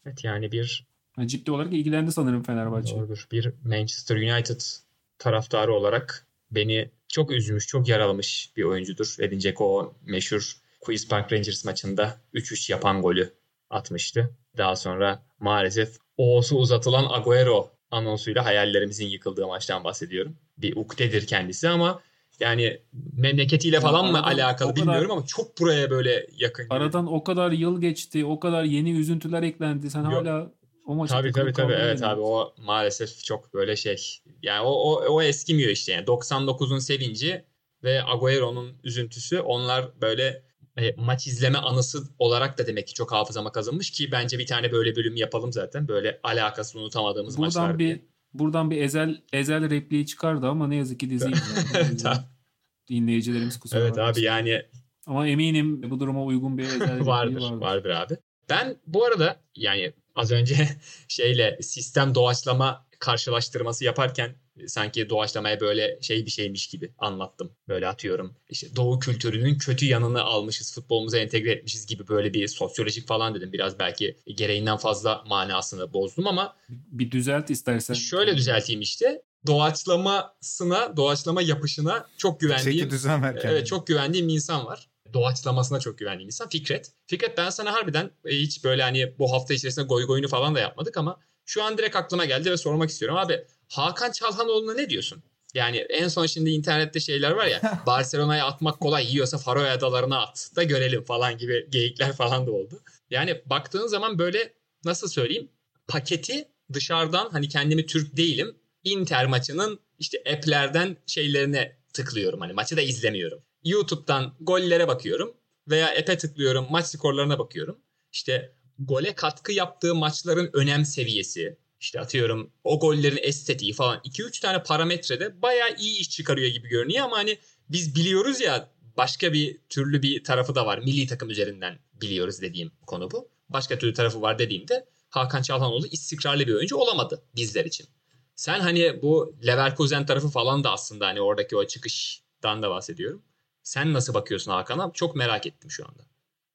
Evet yani bir Yani ciddi olarak ilgilendi sanırım Fenerbahçe. Doğrudur. Bir Manchester United taraftarı olarak beni çok üzmüş, çok yaralamış bir oyuncudur. Edin Dzeko o meşhur Queen's Park Rangers maçında üç üç yapan golü atmıştı. Daha sonra maalesef O'su uzatılan Agüero anonsuyla hayallerimizin yıkıldığı maçtan bahsediyorum. Bir ukdedir kendisi ama yani memleketiyle falan Ya mı aradan alakalı o kadar- bilmiyorum ama çok buraya böyle yakın gibi. Aradan o kadar yıl geçti, o kadar yeni üzüntüler eklendi. Sen Yok. hala o maça Tabii takılıp tabii tabii kaldın evet yani. abi o maalesef çok böyle şey yani o, o, o eskimiyor işte yani doksan dokuzun sevinci ve Agüero'nun üzüntüsü onlar böyle e, maç izleme anısı olarak da demek ki çok hafızama kazınmış ki bence bir tane böyle bölüm yapalım zaten böyle alakasız unutamadığımız maçlar Buradan diye. bir buradan bir ezel ezel repliği çıkardı ama ne yazık ki dizi izlendi. O yüzden dinleyicilerimiz kusura Evet abi bakmasın. yani Ama eminim bu duruma uygun bir ezel repliği vardır, vardır. vardır abi. Ben bu arada yani az önce şeyle sistem doğaçlama karşılaştırması yaparken sanki doğaçlamaya böyle şey bir şeymiş gibi anlattım. Böyle atıyorum işte Doğu kültürünün kötü yanını almışız, futbolumuza entegre etmişiz gibi böyle bir sosyolojik falan dedim. Biraz belki gereğinden fazla manasını bozdum ama Bir düzelt istersen. şöyle düzelteyim işte. Doğaçlamasına, doğaçlama yapışına çok güvendiğim, Çeki düzen ver kendine. evet çok güvendiğim bir insan var. Doğaçlamasına çok güvendiğim insan Fikret. Fikret ben sana harbiden e, hiç böyle hani bu hafta içerisinde goy goyunu falan da yapmadık ama şu an direkt aklıma geldi ve sormak istiyorum. Abi Hakan Çalhanoğlu'na ne diyorsun? Yani en son şimdi internette şeyler var ya Barcelona'ya atmak kolay yiyorsa Faroe Adalarına at da görelim falan gibi geyikler falan da oldu. Yani baktığın zaman böyle nasıl söyleyeyim paketi dışarıdan hani kendimi Türk değilim Inter maçının işte app'lerden şeylerine tıklıyorum. Hani maçı da izlemiyorum. YouTube'dan gollere bakıyorum veya app'e tıklıyorum. Maç skorlarına bakıyorum. İşte gole katkı yaptığı maçların önem seviyesi, işte atıyorum o gollerin estetiği falan iki üç tane parametrede bayağı iyi iş çıkarıyor gibi görünüyor ama hani biz biliyoruz ya başka bir türlü bir tarafı da var. Milli takım üzerinden biliyoruz dediğim konu bu. Başka türlü tarafı var dediğimde Hakan Çalhanoğlu istikrarlı bir oyuncu olamadı bizler için. Sen hani bu Leverkusen tarafı falan da aslında hani oradaki o çıkıştan da bahsediyorum. Sen nasıl bakıyorsun Hakan'a? Çok merak ettim şu anda.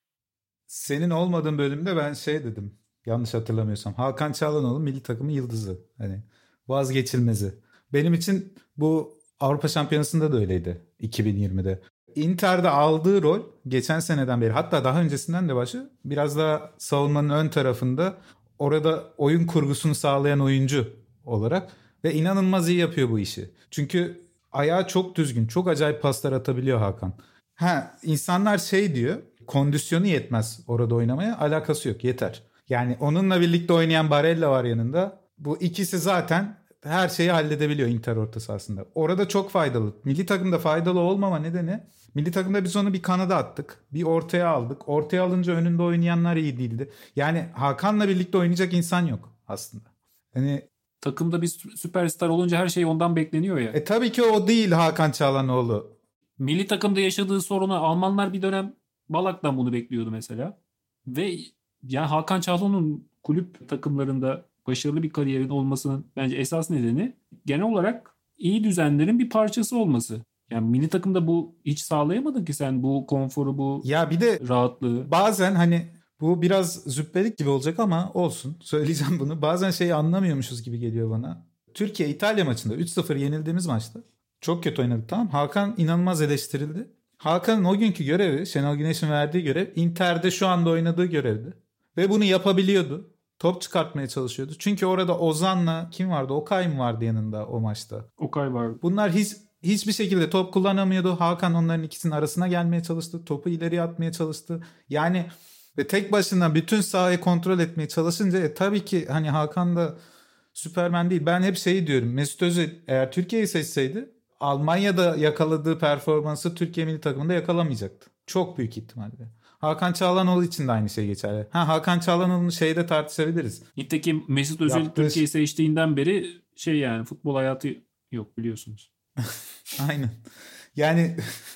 Senin olmadığın bölümde ben şey dedim. Yanlış hatırlamıyorsam. Hakan Çalhanoğlu milli takımın yıldızı. Hani vazgeçilmezi. Benim için bu Avrupa Şampiyonası'nda da öyleydi iki bin yirmide. Inter'de aldığı rol geçen seneden beri hatta daha öncesinden de başı biraz daha savunmanın ön tarafında orada oyun kurgusunu sağlayan oyuncu olarak ve inanılmaz iyi yapıyor bu işi. Çünkü ayağı çok düzgün, çok acayip paslar atabiliyor Hakan. Ha, insanlar şey diyor, kondisyonu yetmez orada oynamaya, alakası yok, yeter. Yani onunla birlikte oynayan Barella var yanında. Bu ikisi zaten her şeyi halledebiliyor Inter orta sahasında. Orada çok faydalı. Milli takımda faydalı olmama nedeni milli takımda biz onu bir kanada attık. Bir ortaya aldık. Ortaya alınca önünde oynayanlar iyi değildi. Yani Hakan'la birlikte oynayacak insan yok aslında. Hani Takımda bir sü- süperstar olunca her şey ondan bekleniyor ya. e tabii ki o değil Hakan Çalhanoğlu. Milli takımda yaşadığı sorunu Almanlar bir dönem Balak'tan bunu bekliyordu mesela. Ve yani Hakan Çalhanoğlu'nun kulüp takımlarında başarılı bir kariyerin olmasının bence esas nedeni genel olarak iyi düzenlerin bir parçası olması. Yani milli takımda bu hiç sağlayamadın ki sen bu konforu, bu Ya bir de rahatlığı. bazen hani bu biraz züppelik gibi olacak ama olsun. Söyleyeceğim bunu. Bazen şeyi anlamıyormuşuz gibi geliyor bana. Türkiye-İtalya maçında üç sıfır yenildiğimiz maçta çok kötü oynadık, tamam. Hakan inanılmaz eleştirildi. Hakan'ın o günkü görevi, Şenol Güneş'in verdiği görev Inter'de şu anda oynadığı görevdi. Ve bunu yapabiliyordu. Top çıkartmaya çalışıyordu. Çünkü orada Ozan'la kim vardı? Okay mı vardı yanında o maçta? Okay var. Bunlar hiç hiçbir şekilde top kullanamıyordu. Hakan onların ikisinin arasına gelmeye çalıştı. Topu ileriye atmaya çalıştı. Yani ve tek başına bütün sahayı kontrol etmeye çalışınca e, tabii ki hani Hakan da Süpermen değil. Ben hep şeyi diyorum. Mesut Özil eğer Türkiye'yi seçseydi Almanya'da yakaladığı performansı Türkiye milli takımında yakalamayacaktı. Çok büyük ihtimalle. Hakan Çalhanoğlu için de aynı şey geçerli. Ha, Hakan Çalhanoğlu'nu şeyde tartışabiliriz. Nitekim Mesut Özil Yaptığı- Türkiye'yi seçtiğinden beri şey yani futbol hayatı yok biliyorsunuz. Aynen. Yani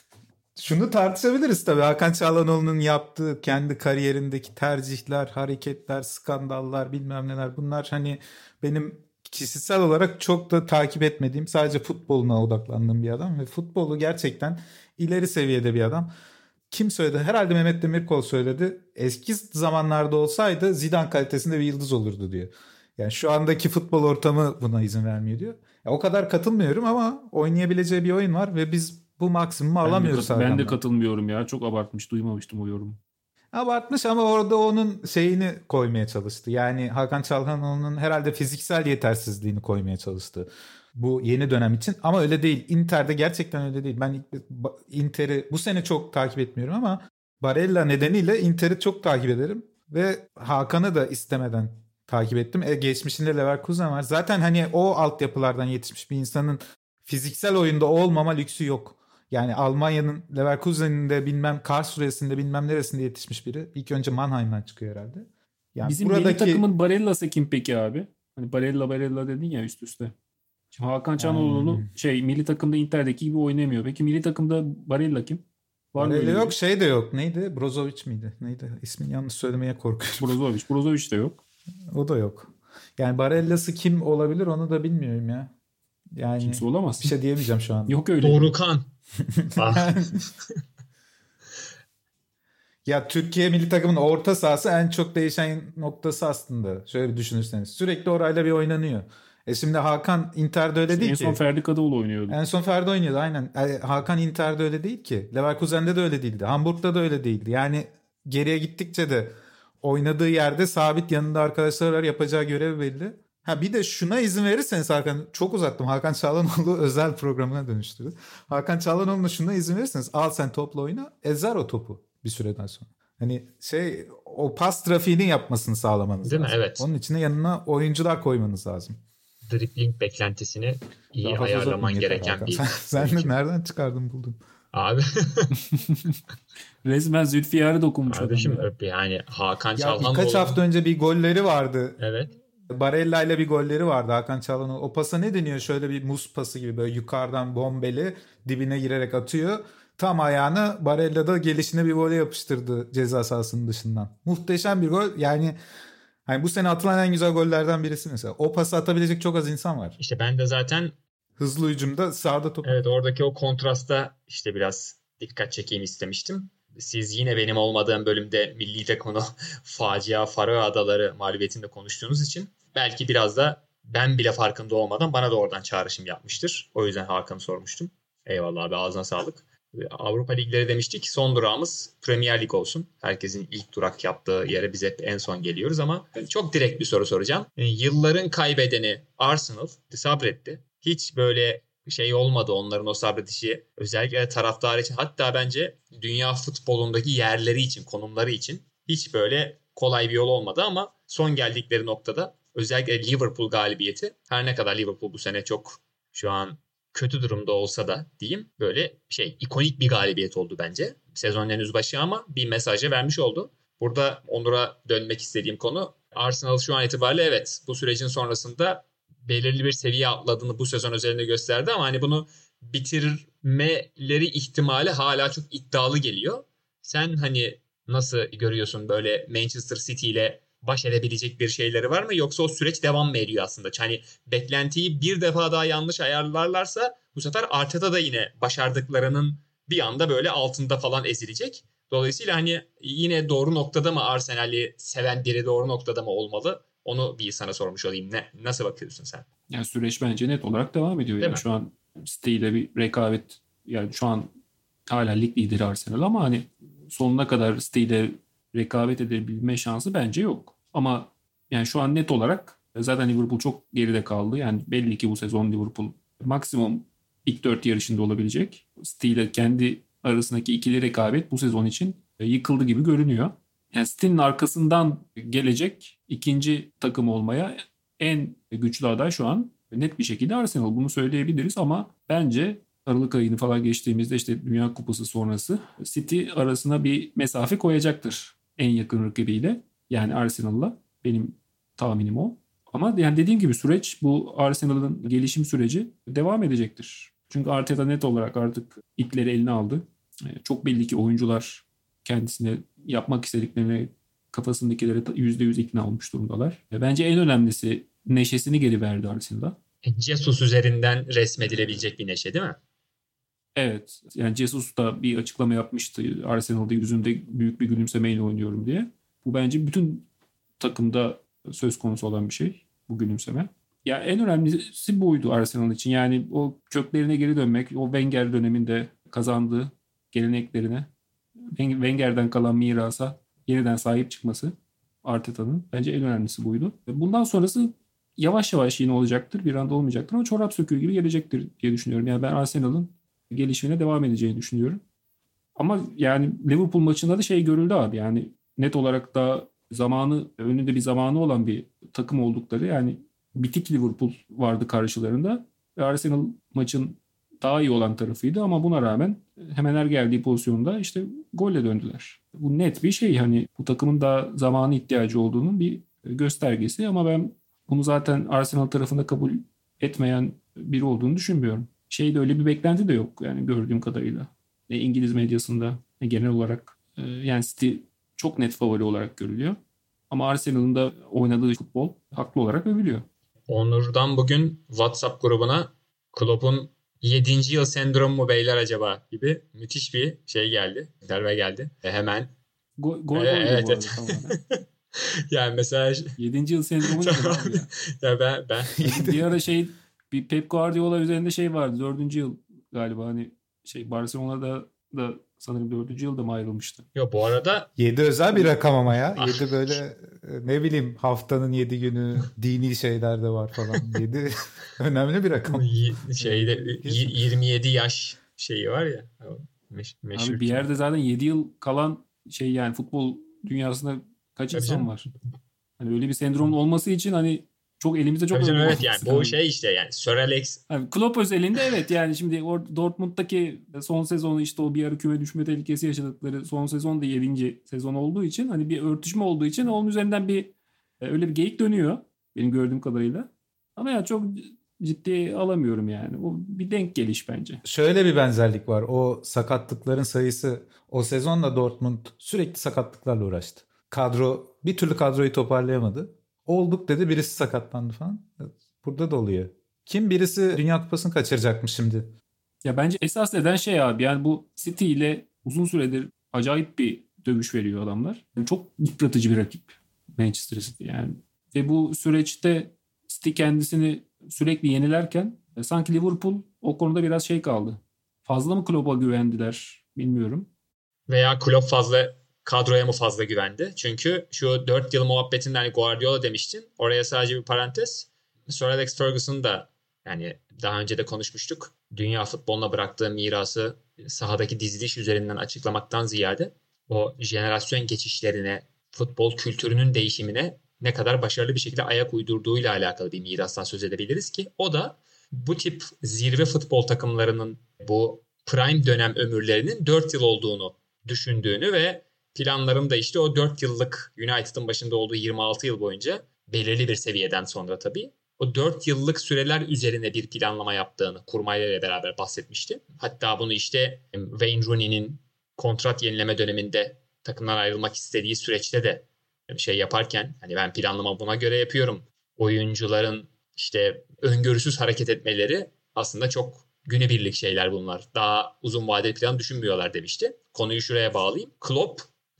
şunu tartışabiliriz tabii. Hakan Çalhanoğlu'nun yaptığı kendi kariyerindeki tercihler, hareketler, skandallar, bilmem neler. Bunlar hani benim kişisel olarak çok da takip etmediğim, sadece futboluna odaklandığım bir adam ve futbolu gerçekten ileri seviyede bir adam. kim söyledi? Herhalde Mehmet Demirkol söyledi. Eski zamanlarda olsaydı Zidane kalitesinde bir yıldız olurdu diyor. Yani şu andaki futbol ortamı buna izin vermiyor diyor. Ya o kadar katılmıyorum ama oynayabileceği bir oyun var ve biz bu maksimumu Ben de, alamıyoruz. kat- ben de Hakan'dan. katılmıyorum ya. Çok abartmış. Duymamıştım o yorumu. Abartmış ama orada onun şeyini koymaya çalıştı. Yani Hakan Çalhanoğlu'nun herhalde fiziksel yetersizliğini koymaya çalıştı bu yeni dönem için. Ama öyle değil. Inter'de gerçekten öyle değil. Ben Inter'i bu sene çok takip etmiyorum ama Barella nedeniyle Inter'i çok takip ederim. Ve Hakan'ı da istemeden takip ettim. E, geçmişinde Leverkusen var. Zaten hani o altyapılardan yetişmiş bir insanın fiziksel oyunda olmama lüksü yok. Yani Almanya'nın Leverkusen'inde bilmem Karlsruhe'sinde bilmem neresinde yetişmiş biri. İlk önce Mannheim'dan çıkıyor herhalde. Yani Bizim buradaki... milli takımın Barella'sı kim peki abi? Hani Barella Barella dedin ya üst üste. Şimdi Hakan Çalhanoğlu Hmm. şey milli takımda Inter'deki gibi oynamıyor. Peki milli takımda Barella kim? Var mı Barella öyle yok, biri? şey de yok. Neydi? Brozovic miydi? Neydi? İsmini yanlış söylemeye korkuyorum. Brozovic. Brozovic de yok. O da yok. Yani Barella'sı kim olabilir onu da bilmiyorum ya. Yani Kimse olamaz. bir şey diyemeyeceğim şu anda. Yok öyle. Dorukhan. Ah. Ya Türkiye milli takımın orta sahası en çok değişen noktası aslında. Şöyle bir düşünürseniz. Sürekli orayla bir oynanıyor. E şimdi Hakan Inter'de öyle İşte değil en ki. son Ferdi Kadıoğlu oynuyordu. En son Ferdi oynuyordu aynen. E, Hakan Inter'de öyle değil ki. Leverkusen'de de öyle değildi. Hamburg'da da öyle değildi. Yani geriye gittikçe de oynadığı yerde sabit yanında arkadaşlar var. Yapacağı görev belli. Ha bir de şuna izin verirseniz Hakan, çok uzattım. Hakan Çalhanoğlu özel programına dönüştürdü. Hakan Çalhanoğlu'na şuna izin verirseniz al sen topla oyna. Ezer o topu bir süreden sonra. Hani şey o pas trafiğini yapmasını sağlamanız Değil mi? lazım. Evet. Onun içine yanına oyuncular koymanız lazım. Dribbling beklentisini iyi Daha fazla ayarlaman uzatmayın, yeter gereken Hakan. bir Sen, sen de nereden çıkardın buldun? abi. Resmen Zülfiyar'ı dokunmuş adam. Kardeşim ya. yani Hakan Ya Çalhanoğlu. birkaç hafta önce bir golleri vardı. Evet. Barella ile bir golleri vardı Hakan Çalhanoğlu. O pasa ne deniyor? Şöyle bir muz pası gibi böyle yukarıdan bombeli dibine girerek atıyor. Tam ayağını Barella'da gelişine bir voley yapıştırdı ceza sahasının dışından. Muhteşem bir gol. Yani hani bu sene atılan en güzel gollerden birisi mesela. O pası atabilecek çok az insan var. İşte ben de zaten Hızlı hücumda sağda top. evet oradaki o kontrasta işte biraz dikkat çekeyim istemiştim. Siz yine benim olmadığım bölümde milli takımın o facia Faroe Adaları mağlubiyetinde konuştuğunuz için belki biraz da ben bile farkında olmadan bana da oradan çağrışım yapmıştır. O yüzden Hakan'ı sormuştum. Eyvallah abi, ağzına sağlık. Avrupa Ligleri demiştik. Son durağımız Premier Lig olsun. Herkesin ilk durak yaptığı yere biz hep en son geliyoruz ama çok direkt bir soru soracağım. Yılların kaybedeni Arsenal sabretti. Hiç böyle şey olmadı onların o sabredişi. Özellikle taraftarı için, hatta bence dünya futbolundaki yerleri için, konumları için hiç böyle kolay bir yol olmadı ama son geldikleri noktada özellikle Liverpool galibiyeti, her ne kadar Liverpool bu sene çok şu an kötü durumda olsa da diyeyim, böyle şey ikonik bir galibiyet oldu bence. Sezonun henüz başı ama bir mesajı vermiş oldu. Burada Onur'a dönmek istediğim konu, Arsenal şu an itibariyle evet bu sürecin sonrasında belirli bir seviye atladığını bu sezon özelinde gösterdi ama hani bunu bitirmeleri ihtimali hala çok iddialı geliyor. Sen hani nasıl görüyorsun, böyle Manchester City ile baş edebilecek bir şeyleri var mı, yoksa o süreç devam mı ediyor aslında? Hani beklentiyi bir defa daha yanlış ayarlarlarsa bu sefer Arteta da yine başardıklarının bir anda böyle altında falan ezilecek. Dolayısıyla hani yine doğru noktada mı, Arsenal'i seven biri doğru noktada mı olmalı? Onu bir sana sormuş olayım. Ne, nasıl bakıyorsun sen? Yani süreç bence net olarak devam ediyor. Yani şu an City ile bir rekabet, yani şu an hala lig lideri Arsenal ama hani sonuna kadar City ile rekabet edebilme şansı bence yok. Ama yani şu an net olarak zaten Liverpool çok geride kaldı. Yani belli ki bu sezon Liverpool maksimum ilk dört yarışında olabilecek. City ile kendi arasındaki ikili rekabet bu sezon için yıkıldı gibi görünüyor. Yani City'nin arkasından gelecek ikinci takım olmaya en güçlü aday şu an net bir şekilde Arsenal. Bunu söyleyebiliriz ama bence Aralık ayını falan geçtiğimizde işte Dünya Kupası sonrası City arasına bir mesafe koyacaktır en yakın rakibiyle. Yani Arsenal'la, benim tahminim o. Ama yani dediğim gibi süreç, bu Arsenal'ın gelişim süreci devam edecektir. Çünkü Arteta net olarak artık ipleri eline aldı. Çok belli ki oyuncular kendisine yapmak istediklerine, kafasındakilere yüzde yüz ikna olmuş durumdalar. Bence en önemlisi neşesini geri verdi Arsenal'a. Jesus üzerinden resmedilebilecek bir neşe değil mi? Evet. Yani Jesus da bir açıklama yapmıştı. Arsenal'da yüzünde büyük bir gülümsemeyle oynuyorum diye. Bu bence bütün takımda söz konusu olan bir şey. Bu gülümseme. Ya en önemlisi buydu Arsenal için. Yani o köklerine geri dönmek, o Wenger döneminde kazandığı geleneklerine, Wenger'den kalan mirasa yeniden sahip çıkması Arteta'nın. Bence en önemlisi buydu. Bundan sonrası yavaş yavaş yine olacaktır. Bir anda olmayacaktır ama çorap söküğü gibi gelecektir diye düşünüyorum. Yani ben Arsenal'ın gelişimine devam edeceğini düşünüyorum. Ama yani Liverpool maçında da şey görüldü abi. Yani net olarak da zamanı, önünde bir zamanı olan bir takım oldukları, yani bitik Liverpool vardı karşılarında. Ve Arsenal maçın daha iyi olan tarafıydı ama buna rağmen hemen her geldiği pozisyonda işte golle döndüler. Bu net bir şey, hani bu takımın da zamanı ihtiyacı olduğunun bir göstergesi ama ben bunu zaten Arsenal tarafında kabul etmeyen biri olduğunu düşünmüyorum. Şeyde öyle bir beklenti de yok yani gördüğüm kadarıyla. Ne İngiliz medyasında ne genel olarak e, yani City çok net favori olarak görülüyor. Ama Arsenal'ın da oynadığı futbol haklı olarak övülüyor. Onur'dan bugün WhatsApp grubuna Klopp'un yedinci yıl sendromu mu beyler acaba gibi müthiş bir şey geldi. Derbe geldi. E hemen. Gol gol e, evet, evet, bu arada evet. tamamen. Yani mesela yedinci yıl sendromu ne abi ya? ya ben ben bir ara şey bir Pep Guardiola üzerinde şey vardı. Dördüncü yıl galiba, hani şey Barcelona'da da sanırım dördüncü yılda mı ayrılmıştı? Yok bu arada yedi özel bir rakam ama ya. yedi böyle e, ne bileyim haftanın yedi günü dini şeyler de var falan. yedi önemli bir rakam. y- şeyde y- Kesin. yirmi yedi yaş şeyi var ya. Meş, meşhur. Abi bir yerde zaten yedi yıl kalan şey, yani futbol dünyasında kaç Tabii insan canım. var? Hani öyle bir sendromun olması için hani çok elimizde çok Tabii canım, örnek evet yani olması bu lazım. şey işte yani Sir Alex Yani Klopp özelinde evet, yani şimdi Dortmund'daki son sezonu, işte o bir ara küme düşme tehlikesi yaşadıkları son sezon da yedinci sezon olduğu için, hani bir örtüşme olduğu için onun üzerinden bir öyle bir geyik dönüyor benim gördüğüm kadarıyla. Ama ya çok ciddiye alamıyorum yani. O bir denk geliş bence. Şöyle bir benzerlik var. O sakatlıkların sayısı, o sezonla Dortmund sürekli sakatlıklarla uğraştı. Kadro bir türlü kadroyu toparlayamadı. Olduk dedi, birisi sakatlandı falan. Burada da oluyor. Kim birisi Dünya Kupası'nı kaçıracakmış şimdi. Ya bence esas neden şey abi, yani bu City ile uzun süredir acayip bir dövüş veriyor adamlar. Yani çok yıpratıcı bir rakip Manchester City yani. Ve bu süreçte City kendisini sürekli yenilerken e, sanki Liverpool o konuda biraz şey kaldı. Fazla mı Klopp'a güvendiler bilmiyorum. veya Klopp fazla kadroya mı fazla güvendi? Çünkü şu dört yıl muhabbetinden hani Guardiola demiştin. Oraya sadece bir parantez. Sir Alex Ferguson da yani daha önce de konuşmuştuk. Dünya futboluna bıraktığı mirası sahadaki diziliş üzerinden açıklamaktan ziyade o jenerasyon geçişlerine, futbol kültürünün değişimine ne kadar başarılı bir şekilde ayak uydurduğuyla alakalı bir mirastan söz edebiliriz ki o da bu tip zirve futbol takımlarının bu prime dönem ömürlerinin dört yıl olduğunu düşündüğünü ve planların da işte o dört yıllık United'ın başında olduğu yirmi altı yıl boyunca belirli bir seviyeden sonra tabii o dört yıllık süreler üzerine bir planlama yaptığını kurmayla beraber bahsetmişti. Hatta bunu işte Wayne Rooney'nin kontrat yenileme döneminde takımdan ayrılmak istediği süreçte de bir şey yaparken hani ben planlama buna göre yapıyorum. Oyuncuların işte öngörüsüz hareket etmeleri aslında çok günübirlik şeyler bunlar. Daha uzun vadeli plan düşünmüyorlar demişti. Konuyu şuraya bağlayayım. Klopp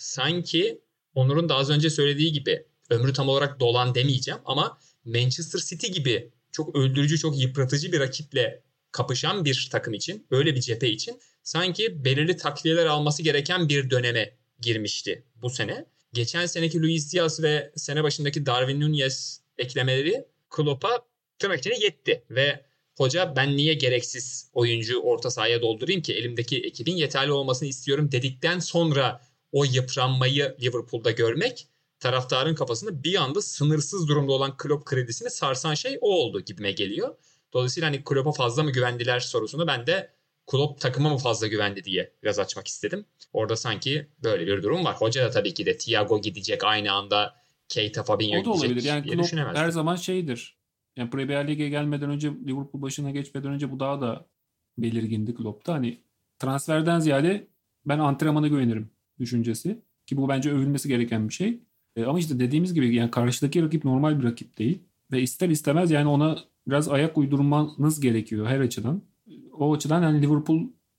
sanki Onur'un da az önce söylediği gibi ömrü tam olarak dolan demeyeceğim ama Manchester City gibi çok öldürücü, çok yıpratıcı bir rakiple kapışan bir takım için, böyle bir cephe için sanki belirli takviyeler alması gereken bir döneme girmişti bu sene. Geçen seneki Luis Diaz ve sene başındaki Darwin Núñez eklemeleri Klopp'a tırnak içine yetti ve hoca ben niye gereksiz oyuncu orta sahaya doldurayım ki elimdeki ekibin yeterli olmasını istiyorum dedikten sonra o yıpranmayı Liverpool'da görmek taraftarın kafasında bir anda sınırsız durumda olan Klopp kredisini sarsan şey o oldu gibime geliyor. Dolayısıyla hani Klopp'a fazla mı güvendiler sorusunu ben de Klopp takıma mı fazla güvendi diye biraz açmak istedim. Orada sanki böyle bir durum var. Hoca da tabii ki de Thiago gidecek aynı anda Keita, Fabinho O da olabilir. gidecek Yani diye Klopp düşünemezdi. her zaman şeydir. Yani Premier Lig'e gelmeden önce, Liverpool başına geçmeden önce bu daha da belirgindi Klopp'ta. Hani transferden ziyade ben antrenmana güvenirim düşüncesi. Ki bu bence övülmesi gereken bir şey. E, ama işte dediğimiz gibi yani karşıdaki rakip normal bir rakip değil. Ve ister istemez yani ona biraz ayak uydurmanız gerekiyor her açıdan. O açıdan yani Liverpool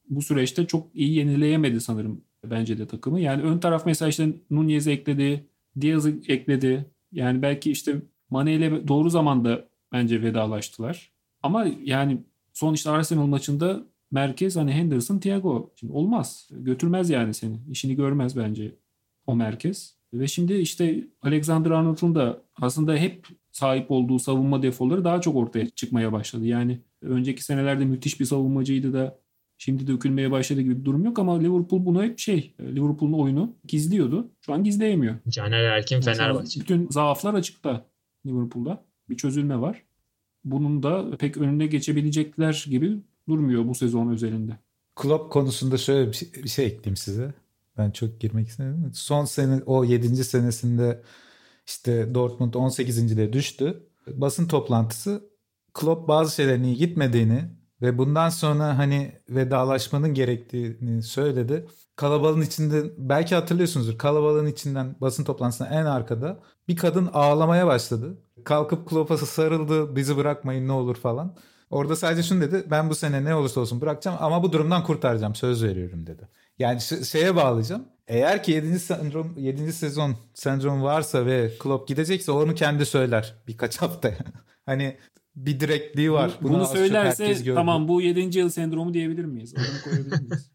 bu süreçte çok iyi yenileyemedi sanırım bence de takımı. Yani ön taraf mesela işte Nunez'i ekledi, Diaz'ı ekledi. Yani belki işte Mane ile doğru zamanda bence vedalaştılar. Ama yani son işte Arsenal maçında merkez hani Henderson, Thiago. Şimdi olmaz. Götürmez yani seni. İşini görmez bence o merkez. Ve şimdi işte Alexander-Arnold'un da aslında hep sahip olduğu savunma defoları daha çok ortaya çıkmaya başladı. Yani önceki senelerde müthiş bir savunmacıydı da şimdi dökülmeye başladı gibi bir durum yok ama Liverpool bunu hep şey, Liverpool'un oyunu gizliyordu. Şu an gizleyemiyor. Caner Erkin Yani Fenerbahçe. bütün zaaflar açıkta Liverpool'da. Bir çözülme var. Bunun da pek önüne geçebilecekler gibi durmuyor bu sezon özelinde. Klopp konusunda şöyle bir şey, bir şey ekleyeyim size. Ben çok girmek istemedim. Son sene o yedinci senesinde işte Dortmund on sekizinciliğe düştü. Basın toplantısı Klopp bazı şeylerin iyi gitmediğini ve bundan sonra hani vedalaşmanın gerektiğini söyledi. Kalabalığın içinde belki hatırlıyorsunuzdur. Kalabalığın içinden basın toplantısında en arkada bir kadın ağlamaya başladı. Kalkıp Klopp'a sarıldı. Bizi bırakmayın ne olur falan. Orada sadece şunu dedi. Ben bu sene ne olursa olsun bırakacağım ama bu durumdan kurtaracağım. Söz veriyorum dedi. Yani şeye bağlayacağım. Eğer ki yedinci sendrom yedinci sezon sendrom varsa ve Klopp gidecekse onu kendi söyler birkaç hafta. Hani bir direktliği var. Bunu, bunu söylerse tamam bu yedinci yıl sendromu diyebilir miyiz? Adını koyabilir miyiz?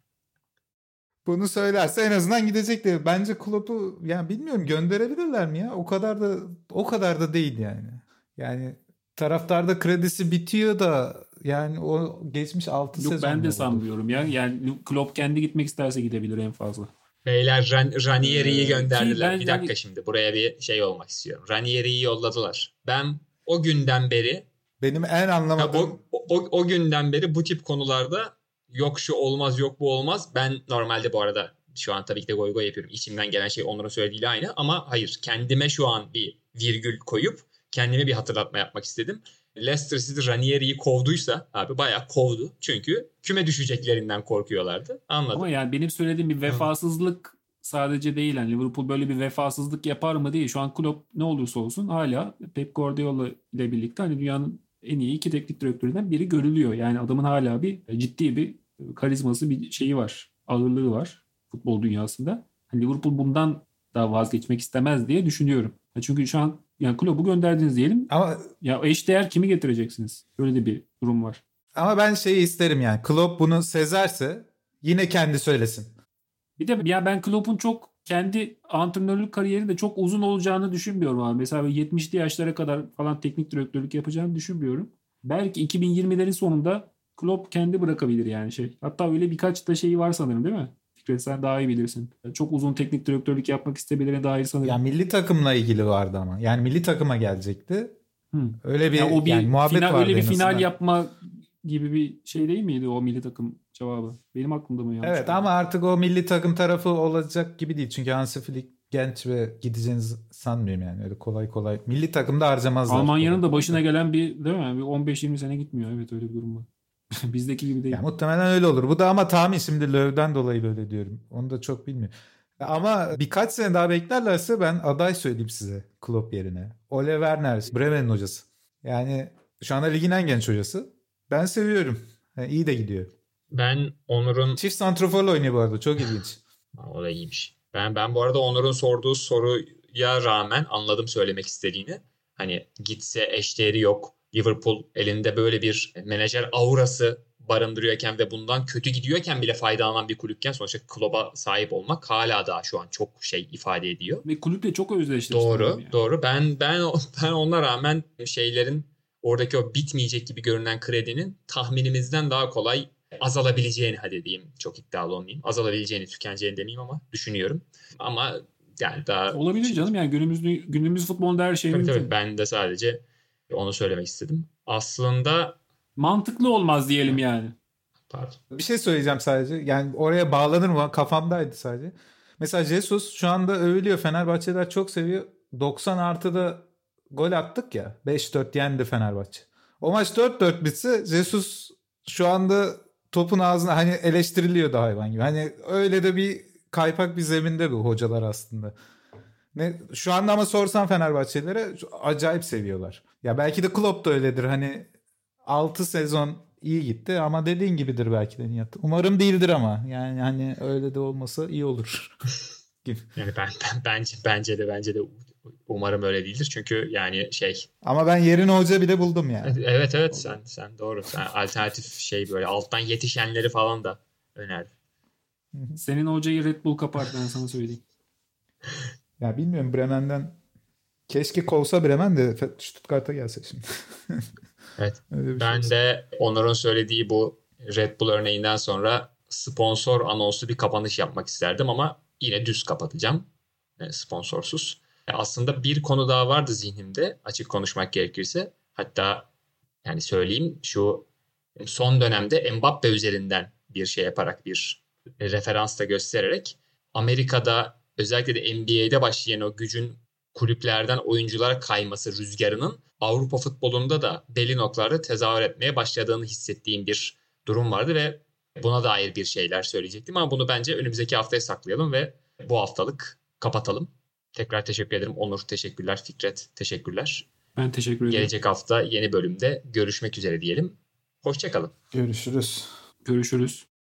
Bunu söylerse en azından gidecek diye. Bence Klopp'u yani bilmiyorum gönderebilirler mi ya? O kadar da o kadar da değil yani. Yani taraftarda kredisi bitiyor da yani o geçmiş altı sezon. Yok ben de sanmıyorum ya. Yani Klopp kendi gitmek isterse gidebilir en fazla. Beyler Ran- Ranieri'yi gönderdiler. ben, bir dakika yani... şimdi buraya bir şey olmak istiyorum. Ranieri'yi yolladılar. Ben o günden beri benim en anlamadığım o, o, o günden beri bu tip konularda yok şu olmaz yok bu olmaz. Ben normalde bu arada şu an tabii ki de goy goy yapıyorum. İçimden gelen şey Onur'un söylediğiyle aynı ama hayır kendime şu an bir virgül koyup kendime bir hatırlatma yapmak istedim. Leicester City Ranieri'yi kovduysa abi bayağı kovdu. Çünkü küme düşeceklerinden korkuyorlardı. Anladım. Ama yani benim söylediğim bir vefasızlık sadece değil. Yani Liverpool böyle bir vefasızlık yapar mı değil. Şu an Klopp ne olursa olsun hala Pep Guardiola ile birlikte hani dünyanın en iyi iki teknik direktöründen biri görülüyor. Yani adamın hala bir ciddi bir karizması bir şeyi var. Ağırlığı var futbol dünyasında. Hani Liverpool bundan da vazgeçmek istemez diye düşünüyorum. Çünkü şu an yani Klopp'u gönderdiniz diyelim. Ama ya eşdeğer kimi getireceksiniz? Böyle de bir durum var. Ama ben şeyi isterim yani. Klopp bunu sezerse yine kendi söylesin. Bir de ya ben Klopp'un çok kendi antrenörlük kariyeri de çok uzun olacağını düşünmüyorum abi. Mesela yetmişli yaşlara kadar falan teknik direktörlük yapacağını düşünmüyorum. Belki iki bin yirmilerin sonunda Klopp kendi bırakabilir yani şey. Hatta öyle birkaç da şeyi var sanırım değil mi? Fikret sen daha iyi bilirsin. Çok uzun teknik direktörlük yapmak istemelerine dair sanırım. Ya milli takımla ilgili vardı ama. Yani milli takıma gelecekti. Hmm. Öyle bir, yani o bir yani muhabbet final, vardı. Öyle bir final yapma gibi bir şey değil miydi o milli takım cevabı? Benim aklımda mı yanlış? Evet ama artık o milli takım tarafı olacak gibi değil. Çünkü Hansi Flick genç ve gideceğinizi sanmıyorum yani. Öyle kolay kolay. Milli takımda harcamazlar. Almanya'nın da başına gelen bir değil mi? Bir on beş yirmi sene gitmiyor. Evet öyle bir durum var. Bizdeki gibi değil. Ya muhtemelen öyle olur. Bu da ama tahmin şimdi Löw'den dolayı böyle diyorum. Onu da çok bilmiyorum. Ama birkaç sene daha beklerlerse ben aday söyleyeyim size Klopp yerine. Ole Werner, Bremen'in hocası. Yani şu anda ligin en genç hocası. Ben seviyorum. Yani iyi de gidiyor. Ben Onur'un... Çift santroforla oynuyor bu arada. Çok ilginç. O da iyiymiş. Ben ben bu arada Onur'un sorduğu soruya rağmen anladım söylemek istediğini. Hani gitse eşdeğeri yok. Liverpool elinde böyle bir menajer aurası barındırıyorken ve bundan kötü gidiyorken bile faydalanan bir kulüpken sonuçta Klopp'a sahip olmak hala daha şu an çok şey ifade ediyor. Ve kulüple çok özdeşleşti. Doğru, yani. doğru. Ben ben ben ona rağmen şeylerin oradaki o bitmeyecek gibi görünen kredinin tahminimizden daha kolay azalabileceğini hadi diyeyim. Çok iddialı olmayayım. Azalabileceğini, tükeneceğini demeyeyim ama düşünüyorum. Ama yani daha... Olabilir canım yani günümüz, günümüz futbolunda her şey tabii, mümkün. tabii, ben de sadece onu söylemek istedim. Aslında... Mantıklı olmaz diyelim yani. Pardon. Bir şey söyleyeceğim sadece. Yani oraya bağlanır mı? Kafamdaydı sadece. Mesela Jesus şu anda övülüyor. Fenerbahçeler çok seviyor. doksan artıda gol attık ya. beş dört yendi Fenerbahçe. O maç dört dört bitse Jesus şu anda topun ağzına hani eleştiriliyor da hayvan gibi. Hani öyle de bir kaypak bir zeminde bu hocalar aslında. Ne, şu anda ama sorsan Fenerbahçelilere acayip seviyorlar. Ya belki de Klopp da öyledir. Hani altı sezon iyi gitti ama dediğin gibidir belki de Nihat. Umarım değildir ama yani hani öyle de olmasa iyi olur. Yani ben, ben bence bence de bence de umarım öyle değildir. Çünkü yani şey. Ama ben yerine hoca bile buldum yani. Evet evet sen sen doğru. Sen alternatif şey böyle alttan yetişenleri falan da öner. Senin hocayı Red Bull kapar, ben sana söyleyeyim. Ya bilmiyorum, Bremen'den keşke kovsa Bremen de Stuttgart'a gelse şimdi. Evet. Öyle bir Ben şey de Onur'un söylediği bu Red Bull örneğinden sonra sponsor anonslu bir kapanış yapmak isterdim ama yine düz kapatacağım. Yani sponsorsuz. Aslında bir konu daha vardı zihnimde, açık konuşmak gerekirse. Hatta yani söyleyeyim, şu son dönemde Mbappe üzerinden bir şey yaparak, bir referans da göstererek Amerika'da özellikle de N B A'de başlayan o gücün kulüplerden oyunculara kayması rüzgarının Avrupa futbolunda da belli noktalarda tezahür etmeye başladığını hissettiğim bir durum vardı ve buna dair bir şeyler söyleyecektim ama bunu bence önümüzdeki haftaya saklayalım ve bu haftalık kapatalım. Tekrar teşekkür ederim. Onur teşekkürler. Fikret teşekkürler. Ben teşekkür ederim. Gelecek hafta yeni bölümde görüşmek üzere diyelim. Hoşça kalın. Görüşürüz. Görüşürüz.